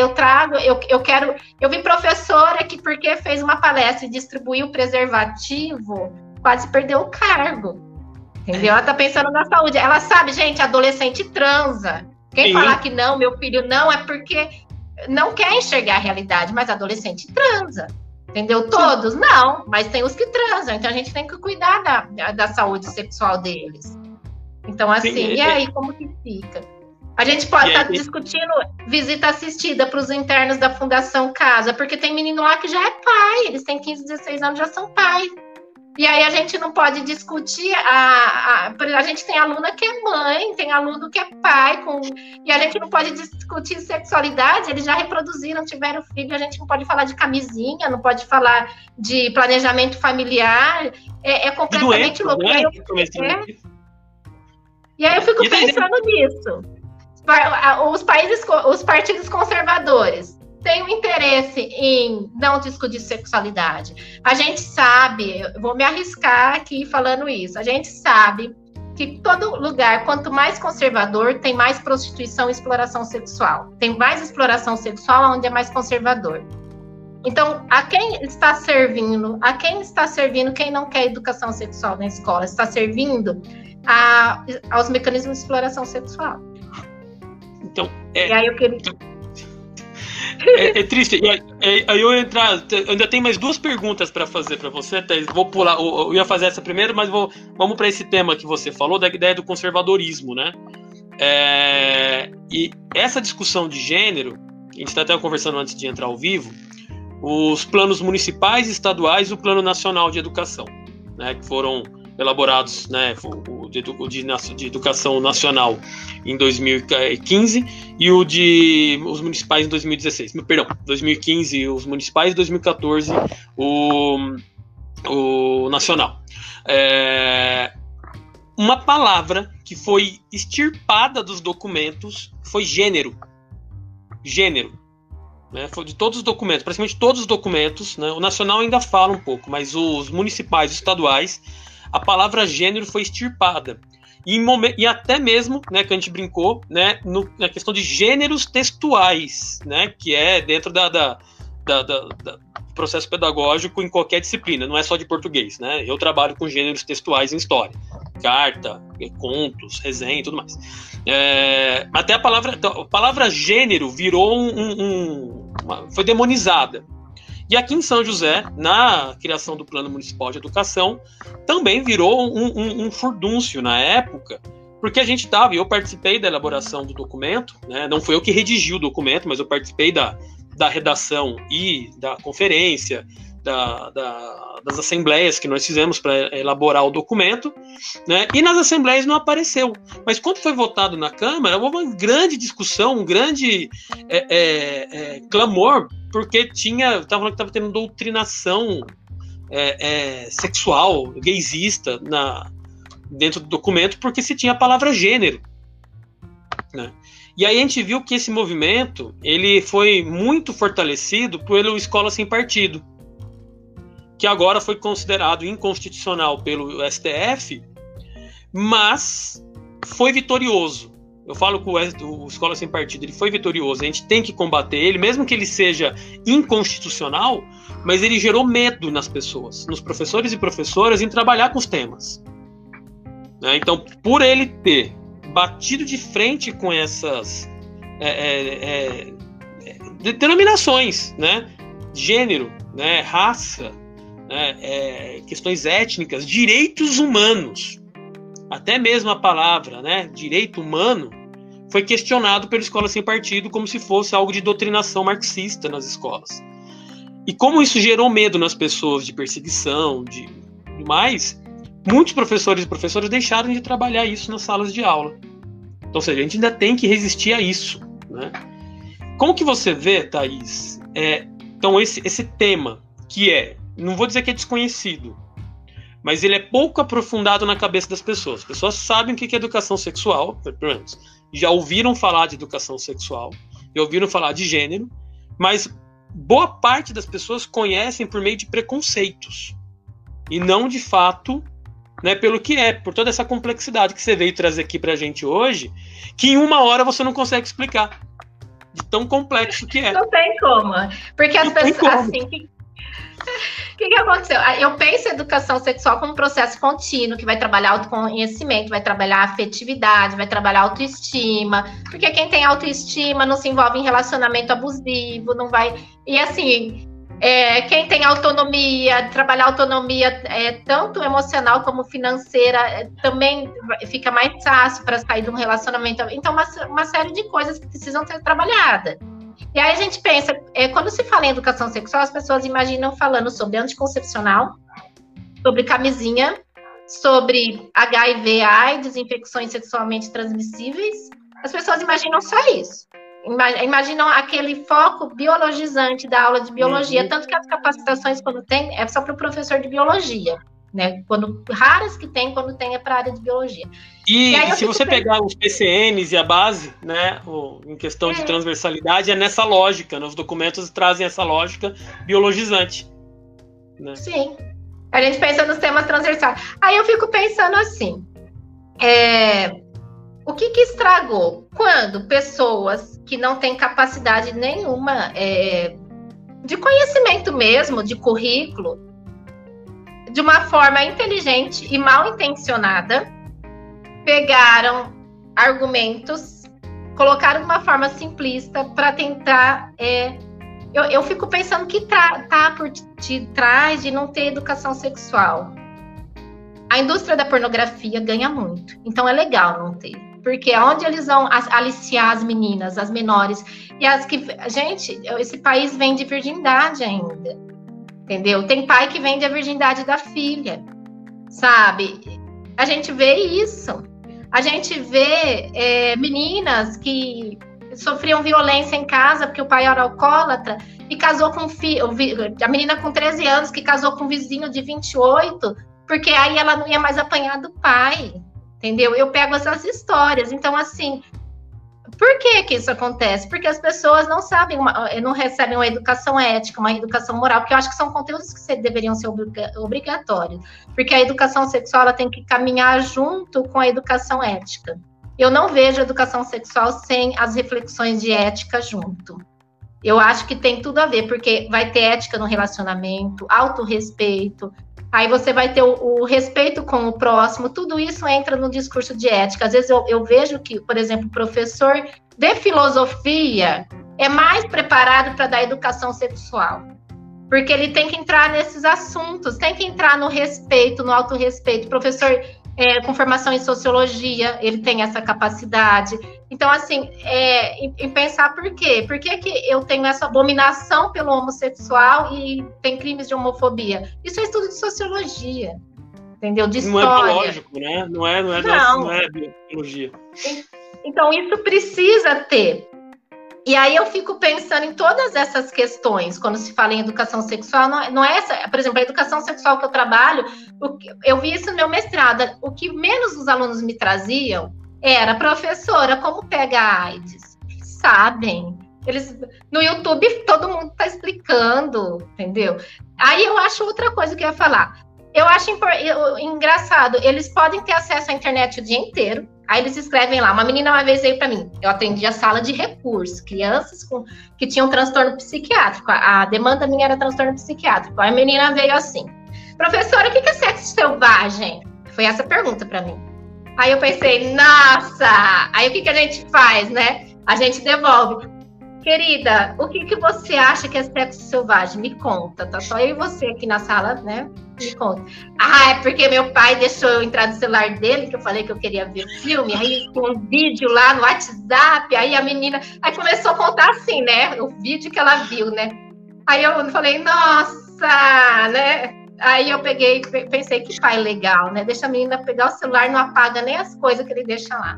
eu vi professora que, porque fez uma palestra e distribuiu preservativo, quase perdeu o cargo. Entendeu? Ela tá pensando na saúde. Ela sabe, gente, adolescente transa. Quem falar que não, meu filho não, é porque não quer enxergar a realidade, mas adolescente transa. Entendeu? Todos? Não, mas tem os que transam. Então a gente tem que cuidar da saúde sexual deles. Então, assim, e aí como que fica? A gente pode estar discutindo visita assistida para os internos da Fundação Casa, porque tem menino lá que já é pai, eles têm 15, 16 anos, já são pais. E aí a gente não pode discutir, a gente tem aluna que é mãe, tem aluno que é pai, e a gente não pode discutir sexualidade, eles já reproduziram, tiveram filho, a gente não pode falar de camisinha, não pode falar de planejamento familiar, é completamente louco. Né? E aí eu fico pensando nisso. os partidos conservadores têm um interesse em não discutir sexualidade. A gente sabe, eu vou me arriscar aqui falando isso, a gente sabe que todo lugar, quanto mais conservador, tem mais prostituição e exploração sexual. Tem mais exploração sexual onde é mais conservador. Então, a quem está servindo quem não quer educação sexual na escola? Está servindo aos mecanismos de exploração sexual. Então, e aí eu queria... É triste. Aí eu ainda tem mais duas perguntas para fazer para você. Vou pular. Eu ia fazer essa primeiro, mas vamos para esse tema que você falou, da ideia do conservadorismo, né? E essa discussão de gênero, a gente está até conversando antes de entrar ao vivo, os planos municipais, estaduais e o Plano Nacional de Educação, né, que foram elaborados, né, o de Educação Nacional em 2015 e os municipais em 2016. Perdão, 2015 os municipais e 2014 o nacional. Uma palavra que foi extirpada dos documentos foi gênero. Gênero. Né, foi de todos os documentos, praticamente todos os documentos, né, o nacional ainda fala um pouco, mas os municipais e estaduais, a palavra gênero foi extirpada. E até mesmo, né, que a gente brincou, né, na questão de gêneros textuais, né, que é dentro do processo pedagógico em qualquer disciplina, não é só de português. Né, eu trabalho com gêneros textuais em história, carta, contos, resenha e tudo mais. Até a palavra gênero virou foi demonizada. E aqui em São José, na criação do Plano Municipal de Educação, também virou um furdúncio na época, porque a gente eu participei da elaboração do documento, né? Não foi eu que redigi o documento, mas eu participei da redação e da conferência, das assembleias que nós fizemos para elaborar o documento, né? E nas assembleias não apareceu. Mas quando foi votado na Câmara, houve uma grande discussão, um grande clamor, porque estava tendo doutrinação sexual, gaysista dentro do documento, porque se tinha a palavra gênero. Né? E aí a gente viu que esse movimento ele foi muito fortalecido pelo Escola Sem Partido, que agora foi considerado inconstitucional pelo STF, mas foi vitorioso. Eu falo que o Escola Sem Partido ele foi vitorioso, a gente tem que combater ele, mesmo que ele seja inconstitucional, mas ele gerou medo nas pessoas, nos professores e professoras, em trabalhar com os temas. Né? Então, por ele ter batido de frente com essas denominações, né? Gênero, né? Raça, questões étnicas, direitos humanos, até mesmo a palavra, né, direito humano, foi questionado pela Escola Sem Partido como se fosse algo de doutrinação marxista nas escolas. E como isso gerou medo nas pessoas de perseguição, de mais, muitos professores e professoras deixaram de trabalhar isso nas salas de aula. Então, ou seja, a gente ainda tem que resistir a isso. Né? Como que você vê, Thaís, então esse tema que não vou dizer que é desconhecido, mas ele é pouco aprofundado na cabeça das pessoas. As pessoas sabem o que é educação sexual, pelo menos, já ouviram falar de educação sexual, já ouviram falar de gênero, mas boa parte das pessoas conhecem por meio de preconceitos, e não de fato, né, pelo que por toda essa complexidade que você veio trazer aqui pra gente hoje, que em uma hora você não consegue explicar, de tão complexo que é. Não tem como, porque as pessoas, assim... O que aconteceu? Eu penso em educação sexual como um processo contínuo, que vai trabalhar autoconhecimento, vai trabalhar afetividade, vai trabalhar autoestima, porque quem tem autoestima não se envolve em relacionamento abusivo, não vai... E assim, quem tem autonomia, trabalhar autonomia tanto emocional como financeira, também fica mais fácil para sair de um relacionamento. Então, uma série de coisas que precisam ser trabalhadas. E aí a gente pensa, quando se fala em educação sexual, as pessoas imaginam falando sobre anticoncepcional, sobre camisinha, sobre HIV, AIDS, infecções sexualmente transmissíveis. As pessoas imaginam só isso. Imaginam aquele foco biologizante da aula de biologia, tanto que as capacitações, quando tem, é só para o professor de biologia. né? Raras que tem, quando tem é para a área de biologia. E se você pegar os PCNs e a base, né, em questão de transversalidade, é nessa lógica, né? Os documentos trazem essa lógica biologizante. Né? Sim, a gente pensa nos temas transversais. Aí eu fico pensando assim, o que estragou? Quando pessoas que não têm capacidade nenhuma de conhecimento mesmo, de currículo, de uma forma inteligente e mal intencionada, pegaram argumentos, colocaram de uma forma simplista para tentar... Eu fico pensando que tá por detrás de não ter educação sexual. A indústria da pornografia ganha muito, então é legal não ter. Porque onde eles vão aliciar as meninas, as menores, e as que... Gente, esse país vende virgindade ainda, entendeu? Tem pai que vende a virgindade da filha, sabe? A gente vê isso. A gente vê meninas que sofriam violência em casa porque o pai era alcoólatra e casou com a menina com 13 anos que casou com um vizinho de 28, porque aí ela não ia mais apanhar do pai, entendeu? Eu pego essas histórias. Então, assim, por que isso acontece? Porque as pessoas não sabem, não recebem uma educação ética, uma educação moral, porque eu acho que são conteúdos que deveriam ser obrigatórios, porque a educação sexual ela tem que caminhar junto com a educação ética. Eu não vejo a educação sexual sem as reflexões de ética junto. Eu acho que tem tudo a ver, porque vai ter ética no relacionamento, autorrespeito, aí você vai ter o respeito com o próximo, tudo isso entra no discurso de ética. Às vezes eu vejo que, por exemplo, o professor de filosofia é mais preparado para dar educação sexual, porque ele tem que entrar nesses assuntos, tem que entrar no respeito, no autorrespeito. O professor com formação em sociologia, ele tem essa capacidade. Então, assim, em pensar por quê? Por que eu tenho essa abominação pelo homossexual e tem crimes de homofobia? Isso é estudo de sociologia, entendeu? De história. Não é biológico, né? Não é biologia. Então, isso precisa ter. E aí eu fico pensando em todas essas questões, quando se fala em educação sexual, não é essa, por exemplo, a educação sexual que eu trabalho, eu vi isso no meu mestrado, o que menos os alunos me traziam era, professora, como pega a AIDS? Sabem, no YouTube todo mundo está explicando, entendeu? Aí eu acho outra coisa que eu ia falar, eu acho engraçado, eles podem ter acesso à internet o dia inteiro. Aí eles escrevem lá, uma menina uma vez veio para mim, eu atendi a sala de recurso, crianças que tinham transtorno psiquiátrico, a demanda minha era transtorno psiquiátrico. Aí a menina veio assim, professora, o que é sexo selvagem? Foi essa pergunta para mim. Aí eu pensei, nossa, aí o que a gente faz, né? A gente devolve. Querida, o que você acha que é sexo selvagem? Me conta, tá só eu e você aqui na sala, né? Me conta. Ah, é porque meu pai deixou eu entrar no celular dele, que eu falei que eu queria ver filme, aí tinha um vídeo lá no WhatsApp, aí a menina... Aí começou a contar assim, né? O vídeo que ela viu, né? Aí eu falei, nossa, né? Aí eu pensei, que pai legal, né? Deixa a menina pegar o celular, não apaga nem as coisas que ele deixa lá.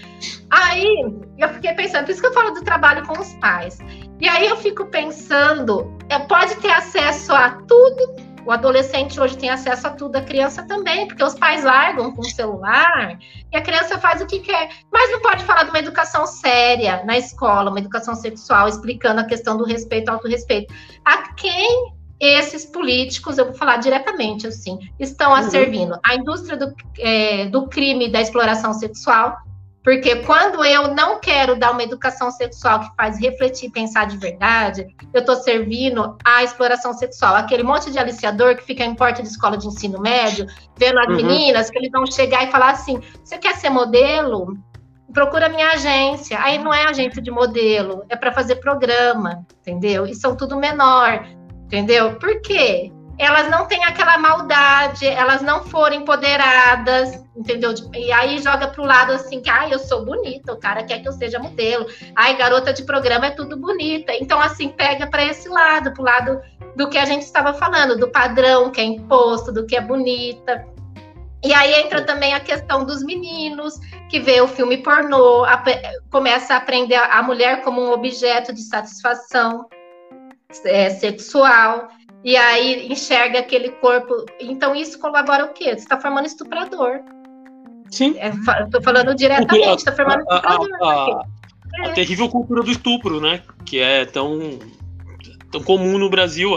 Aí eu fiquei pensando, por isso que eu falo do trabalho com os pais. E aí eu fico pensando, pode ter acesso a tudo, o adolescente hoje tem acesso a tudo, a criança também, porque os pais largam com o celular e a criança faz o que quer. Mas não pode falar de uma educação séria na escola, uma educação sexual, explicando a questão do respeito, autorrespeito. A quem esses políticos, eu vou falar diretamente assim, estão a servindo? A indústria do crime da exploração sexual. Porque quando eu não quero dar uma educação sexual que faz refletir e pensar de verdade, eu estou servindo à exploração sexual. Aquele monte de aliciador que fica em porta de escola de ensino médio, vendo as meninas, que eles vão chegar e falar assim, você quer ser modelo? Procura minha agência. Aí não é agência de modelo, é para fazer programa, entendeu? E são tudo menor, entendeu? Por quê? Elas não têm aquela maldade, elas não foram empoderadas, entendeu? E aí joga pro lado assim, que eu sou bonita, o cara quer que eu seja modelo. Ai, garota de programa é tudo bonita. Então, assim, pega para esse lado, pro lado do que a gente estava falando, do padrão que é imposto, do que é bonita. E aí entra também a questão dos meninos, que vê o filme pornô, começa a aprender a mulher como um objeto de satisfação sexual. E aí enxerga aquele corpo. Então isso colabora o quê? Você está formando estuprador. Sim. Estou falando diretamente, está formando estuprador. A terrível cultura do estupro, né? Que é tão comum no Brasil,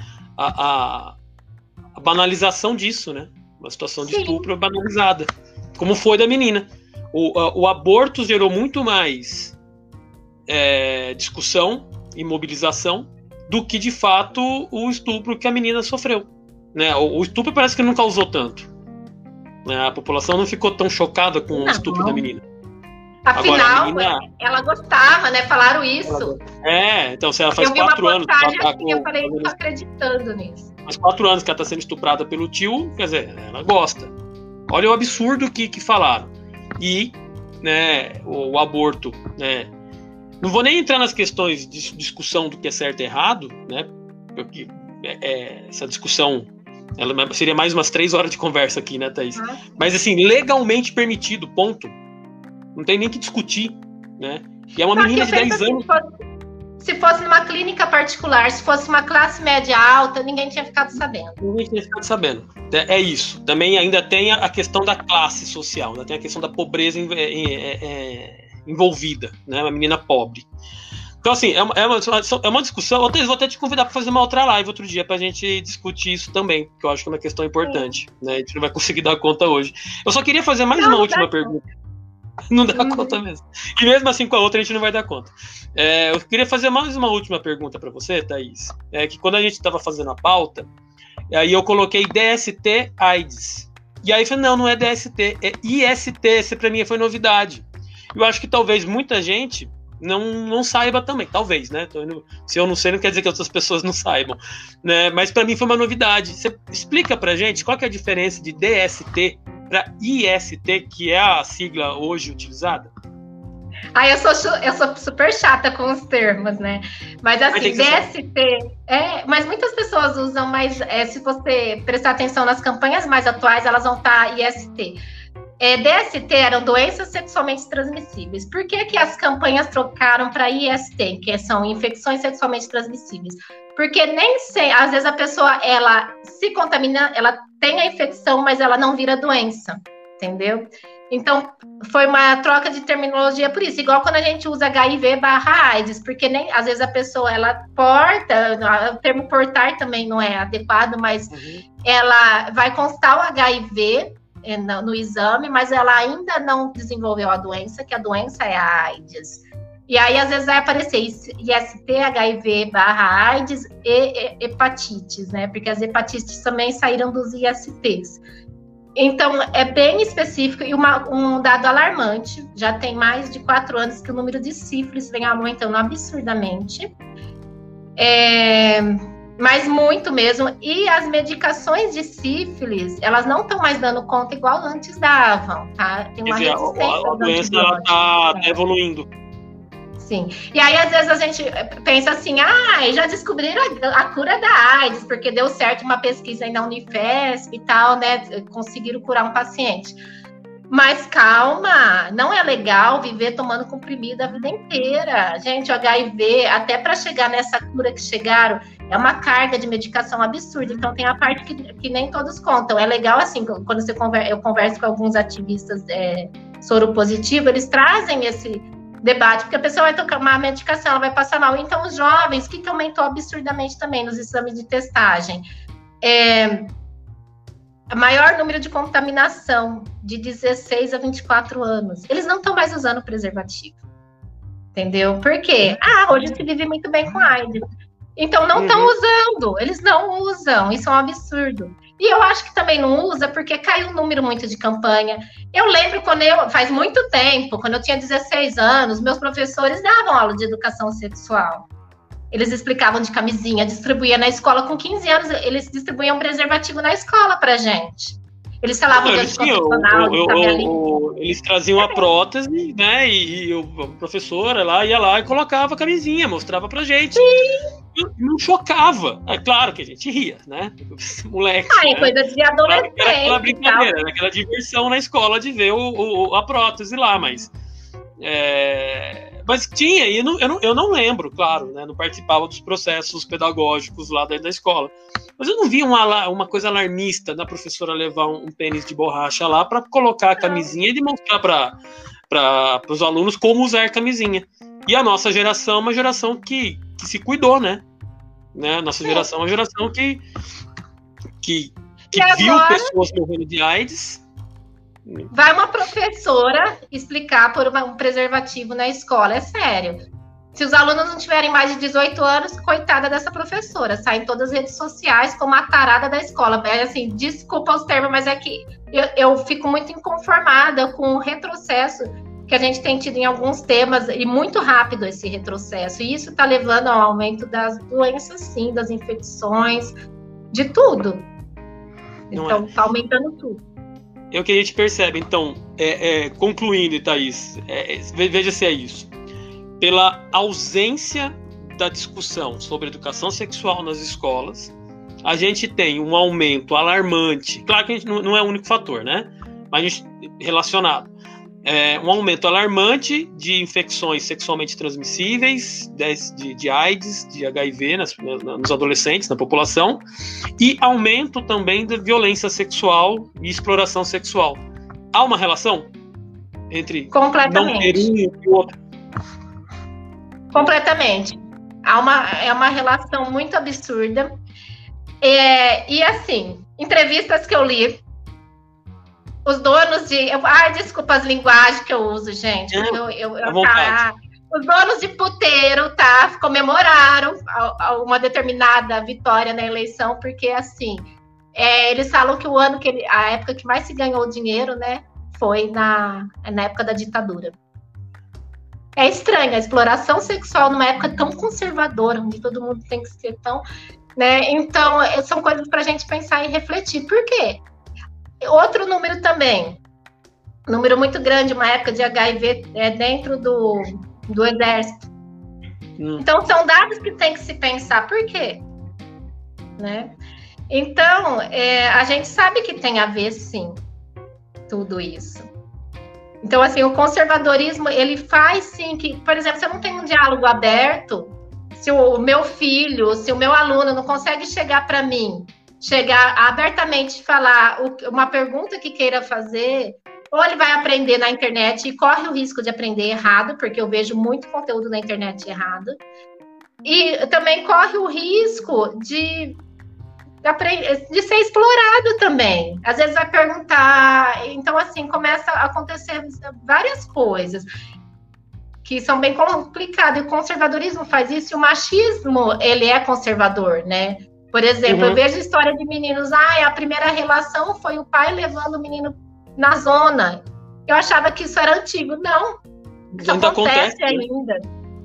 a banalização disso, né? Uma situação de estupro banalizada. Como foi da menina. O aborto gerou muito mais discussão e mobilização do que, de fato, o estupro que a menina sofreu. Né? O estupro parece que não causou tanto. Né? A população não ficou tão chocada com o estupro da menina. Afinal, agora, menina, ela gostava, né? Falaram isso. Então, se ela faz 4 anos... Eu falei, não tô acreditando nisso. Faz 4 anos que ela está sendo estuprada pelo tio, quer dizer, ela gosta. Olha o absurdo que falaram. E, né, o aborto, né? Não vou nem entrar nas questões de discussão do que é certo e errado, né? Porque essa discussão ela seria mais umas 3 horas de conversa aqui, né, Thaís? Mas, assim, legalmente permitido, ponto. Não tem nem que discutir, né? E é uma menina de 10 anos. Se fosse numa clínica particular, se fosse uma classe média alta, ninguém tinha ficado sabendo. Ninguém tinha ficado sabendo. É isso. Também ainda tem a questão da classe social, ainda tem a questão da pobreza envolvida, né? Uma menina pobre. Então, assim, é uma discussão. Eu vou até te convidar para fazer uma outra live outro dia para a gente discutir isso também, que eu acho que é uma questão importante. Né? A gente não vai conseguir dar conta hoje. Eu só queria fazer mais uma última pergunta. Não dá conta mesmo. E mesmo assim com a outra a gente não vai dar conta. Eu queria fazer mais uma última pergunta para você, Thaís. Que quando a gente estava fazendo a pauta, aí eu coloquei DST AIDS. E aí eu falei, não é DST, é IST. Esse para mim foi novidade. Eu acho que talvez muita gente não saiba também. Talvez, né? Se eu não sei, não quer dizer que outras pessoas não saibam. Né? Mas para mim foi uma novidade. Você explica pra gente qual que é a diferença de DST para IST, que é a sigla hoje utilizada? Eu sou super chata com os termos, né? Mas assim, DST... mas muitas pessoas usam, mas se você prestar atenção nas campanhas mais atuais, elas vão estar IST. DST eram doenças sexualmente transmissíveis. Por que as campanhas trocaram para IST, que são infecções sexualmente transmissíveis? Porque nem sei, às vezes a pessoa, ela se contamina, ela tem a infecção, mas ela não vira doença, entendeu? Então, foi uma troca de terminologia por isso. Igual quando a gente usa HIV/AIDS, porque nem, às vezes a pessoa, ela porta, o termo portar também não é adequado, mas ela vai constar o HIV no exame, mas ela ainda não desenvolveu a doença, que a doença é a AIDS. E aí, às vezes, vai aparecer IST, HIV/AIDS e hepatites, né? Porque as hepatites também saíram dos ISTs. Então, é bem específico e um dado alarmante. Já tem mais de 4 anos que o número de sífilis vem aumentando absurdamente. Mas muito mesmo. E as medicações de sífilis, elas não estão mais dando conta igual antes davam, tá? Tem uma resistência. A doença está evoluindo. Sim. E aí, às vezes, a gente pensa assim, já descobriram a cura da AIDS, porque deu certo uma pesquisa aí na Unifesp e tal, né? Conseguiram curar um paciente. Mas calma, não é legal viver tomando comprimido a vida inteira. Gente, o HIV, até para chegar nessa cura que chegaram, é uma carga de medicação absurda. Então, tem a parte que nem todos contam. É legal, assim, quando eu converso com alguns ativistas soropositivos, eles trazem esse debate, porque a pessoa vai tomar medicação, ela vai passar mal. Então, os jovens, o que aumentou absurdamente também nos exames de testagem? Maior número de contaminação de 16 a 24 anos. Eles não estão mais usando preservativo. Entendeu? Por quê? Hoje se vive muito bem com AIDS. Então, não estão usando. Eles não usam. Isso é um absurdo. E eu acho que também não usa porque caiu um número muito de campanha. Eu lembro faz muito tempo, quando eu tinha 16 anos, meus professores davam aula de educação sexual. Eles explicavam de camisinha, distribuía na escola. Com 15 anos, eles distribuíam preservativo na escola pra gente. Eles falavam de anticoncepcional, eles traziam a prótese, né? E o professor ia lá e colocava a camisinha, mostrava pra gente. Sim. Não chocava. É claro que a gente ria, né? Moleque. É coisa de adolescente. Era aquela brincadeira, aquela diversão na escola de ver a prótese lá, mas Mas tinha, e eu não lembro, claro, né? Não participava dos processos pedagógicos lá dentro da escola. Mas eu não vi uma coisa alarmista da professora levar um pênis de borracha lá para colocar a camisinha e demonstrar para os alunos como usar a camisinha. E a nossa geração é uma geração que se cuidou, né? Nossa geração é uma geração que viu pessoas morrendo de AIDS. Vai uma professora explicar por um preservativo na escola, é sério. Se os alunos não tiverem mais de 18 anos, coitada dessa professora, sai em todas as redes sociais como a tarada da escola. É assim, desculpa os termos, mas é que eu fico muito inconformada com o retrocesso que a gente tem tido em alguns temas, e muito rápido esse retrocesso. E isso está levando ao aumento das doenças, sim, das infecções, de tudo. Então, está aumentando tudo. É o que a gente percebe. Então, concluindo, Thaís, veja se é isso. Pela ausência da discussão sobre educação sexual nas escolas, a gente tem um aumento alarmante. Claro que a gente não é o único fator, né? Mas a gente, relacionado. Um aumento alarmante de infecções sexualmente transmissíveis, de AIDS, de HIV nos adolescentes, na população, e aumento também da violência sexual e exploração sexual. Há uma relação entre não ter um e o outro? Completamente. É uma relação muito absurda. E assim, entrevistas que eu li, os donos de... desculpa as linguagens que eu uso, gente. Os donos de puteiro, tá? Comemoraram uma determinada vitória na eleição, porque, assim, eles falam que a época que mais se ganhou dinheiro, né, foi na época da ditadura. É estranho, a exploração sexual numa época tão conservadora, onde todo mundo tem que ser tão... né? Então, são coisas para a gente pensar e refletir. Por quê? Outro número também, número muito grande, uma época de HIV dentro do exército. Então, são dados que tem que se pensar. Por quê? Né? Então, a gente sabe que tem a ver, sim, tudo isso. Então, assim, o conservadorismo, ele faz, sim, que, por exemplo, se eu não tenho um diálogo aberto, se o meu filho, se o meu aluno não consegue chegar para mim, chegar abertamente, falar uma pergunta que queira fazer, ou ele vai aprender na internet e corre o risco de aprender errado, porque eu vejo muito conteúdo na internet errado, e também corre o risco de ser explorado também. Às vezes vai perguntar, então assim, começa a acontecer várias coisas que são bem complicadas, e o conservadorismo faz isso, e o machismo, ele é conservador, né? Por exemplo, eu vejo história de meninos, a primeira relação foi o pai levando o menino na zona. Eu achava que isso era antigo. Não, isso ainda acontece ainda.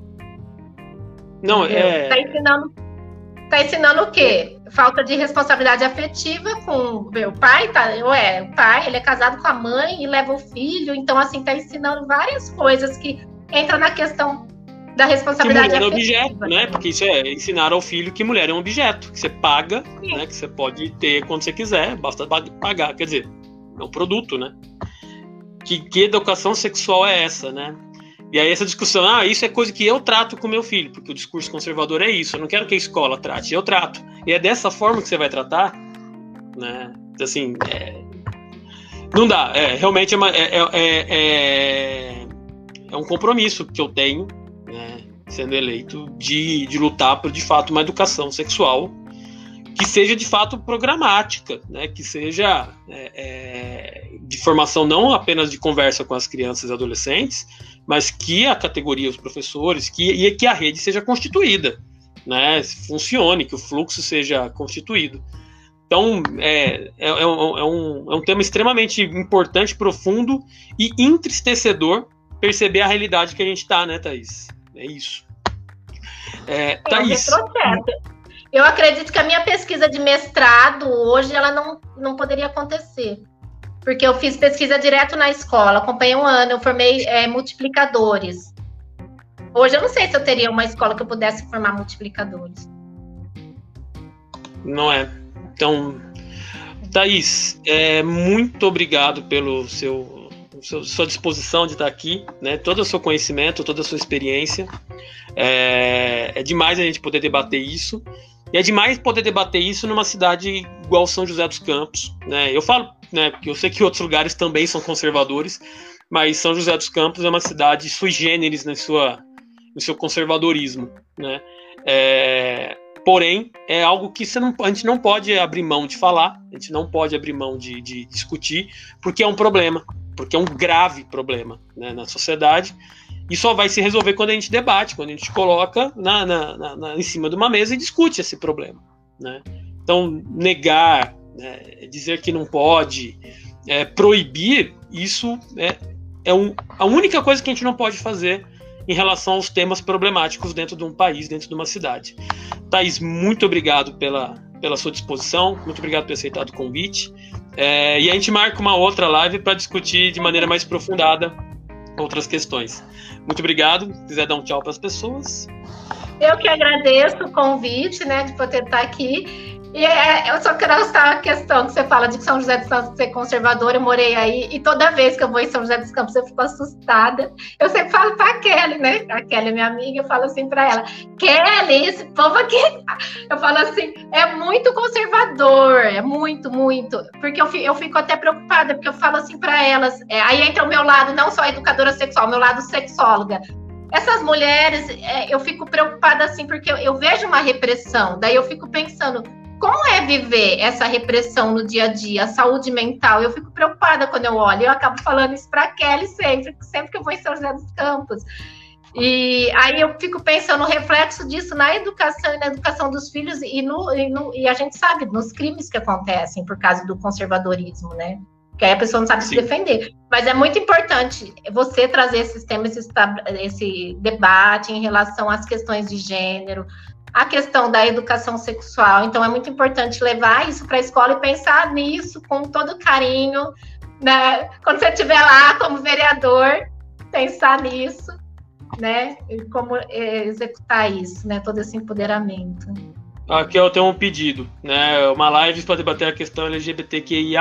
Não, Tá ensinando o quê? Falta de responsabilidade afetiva com o pai, o pai, ele é casado com a mãe e leva o filho, então assim, tá ensinando várias coisas que entram na questão da responsabilidade afetiva. Que mulher é objeto, né? Porque isso é ensinar ao filho que mulher é um objeto, que você paga, né? Que você pode ter quando você quiser, basta pagar, quer dizer, é um produto, né? Que educação sexual é essa, né? E aí essa discussão, isso é coisa que eu trato com meu filho, porque o discurso conservador é isso, eu não quero que a escola trate, eu trato. E é dessa forma que você vai tratar, né? Assim, não dá, realmente é um compromisso que eu tenho, né, sendo eleito, de lutar por, de fato, uma educação sexual que seja, de fato, programática, né, que seja de formação não apenas de conversa com as crianças e adolescentes, mas que a categoria, os professores, que a rede seja constituída, né, funcione, que o fluxo seja constituído. Então, é um tema extremamente importante, profundo e entristecedor perceber a realidade que a gente está, né, Thaís? É isso. Thaís. Eu acredito que a minha pesquisa de mestrado hoje ela não poderia acontecer, porque eu fiz pesquisa direto na escola, acompanhei um ano, eu formei multiplicadores. Hoje eu não sei se eu teria uma escola que eu pudesse formar multiplicadores. Não é. Então, Thaís, muito obrigado pelo seu sua disposição de estar aqui, né? Todo o seu conhecimento, toda a sua experiência. É demais a gente poder debater isso. E é demais poder debater isso numa cidade igual São José dos Campos, né? Eu falo, né, porque eu sei que outros lugares também são conservadores, mas São José dos Campos é uma cidade sui generis no seu conservadorismo, né? Porém, é algo que a gente não pode abrir mão de falar, a gente não pode abrir mão de discutir, porque é um problema, porque é um grave problema, né, na sociedade. E só vai se resolver quando a gente debate, quando a gente coloca em cima de uma mesa e discute esse problema, né? Então, negar, né, dizer que não pode, proibir, isso a única coisa que a gente não pode fazer em relação aos temas problemáticos dentro de um país, dentro de uma cidade. Thaís, muito obrigado pela sua disposição, muito obrigado por ter aceitado o convite. E a gente marca uma outra live para discutir de maneira mais aprofundada outras questões. Muito obrigado. Se quiser dar um tchau para as pessoas. Eu que agradeço o convite, né, de poder estar aqui. E eu só quero ressaltar a questão que você fala de que São José dos Campos ser conservador. Eu morei aí e toda vez que eu vou em São José dos Campos eu fico assustada. Eu sempre falo para a Kelly, né? A Kelly é minha amiga, eu falo assim para ela: Kelly, esse povo aqui, eu falo assim, é muito conservador, é muito, muito. Porque eu fico até preocupada, porque eu falo assim para elas. Aí entra o meu lado, não só educadora sexual, o meu lado sexóloga. Essas mulheres, eu fico preocupada assim, porque eu vejo uma repressão, daí eu fico pensando, como é viver essa repressão no dia a dia, a saúde mental? Eu fico preocupada quando eu olho, eu acabo falando isso para a Kelly sempre que eu vou em São José dos Campos. E aí eu fico pensando no reflexo disso na educação e na educação dos filhos, e a gente sabe nos crimes que acontecem por causa do conservadorismo, né? Porque aí a pessoa não sabe se defender. Mas é muito importante você trazer esses temas, esse debate em relação às questões de gênero, a questão da educação sexual. Então, é muito importante levar isso para a escola e pensar nisso com todo carinho, né? Quando você estiver lá como vereador, pensar nisso, né? E como executar isso, né? Todo esse empoderamento. Aqui eu tenho um pedido, né? Uma live para debater a questão LGBTQIA+.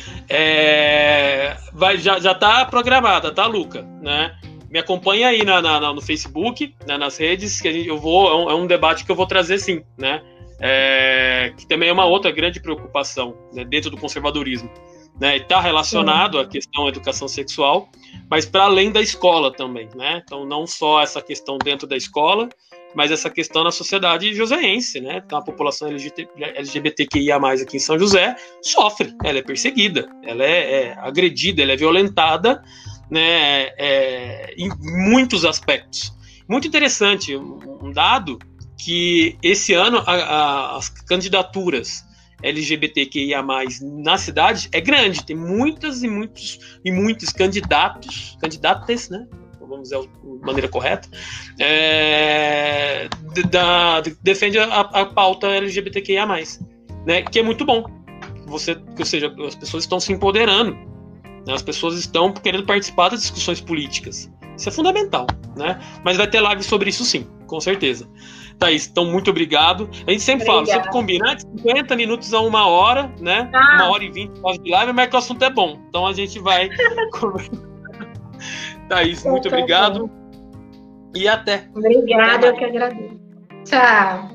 Já está programada, tá, Luca? Né? Me acompanha aí no Facebook, né, nas redes, que é um debate que eu vou trazer sim, né? Que também é uma outra grande preocupação, né, dentro do conservadorismo, né? E está relacionado à questão da educação sexual, mas para além da escola também, né? Então não só essa questão dentro da escola, mas essa questão na sociedade joseense, né? Então a população LGBTQIA+, aqui em São José, sofre, ela é perseguida, ela é agredida, ela é violentada, né, em muitos aspectos. Muito interessante, um dado que esse ano as candidaturas LGBTQIA+, na cidade é grande, tem muitas e muitos candidatas, né, vamos dizer de maneira correta, defende a pauta LGBTQIA+, né, que é muito bom. Ou seja, as pessoas estão se empoderando, né, as pessoas estão querendo participar das discussões políticas. Isso é fundamental, né? Mas vai ter live sobre isso sim, com certeza. Thaís, então muito obrigado. A gente sempre fala, sempre combina de 50 minutos a 1 hora, né? 1h20 de live, mas que o assunto é bom. Então a gente vai... Thaís, muito obrigado. E até. Obrigada, eu que agradeço. Tchau.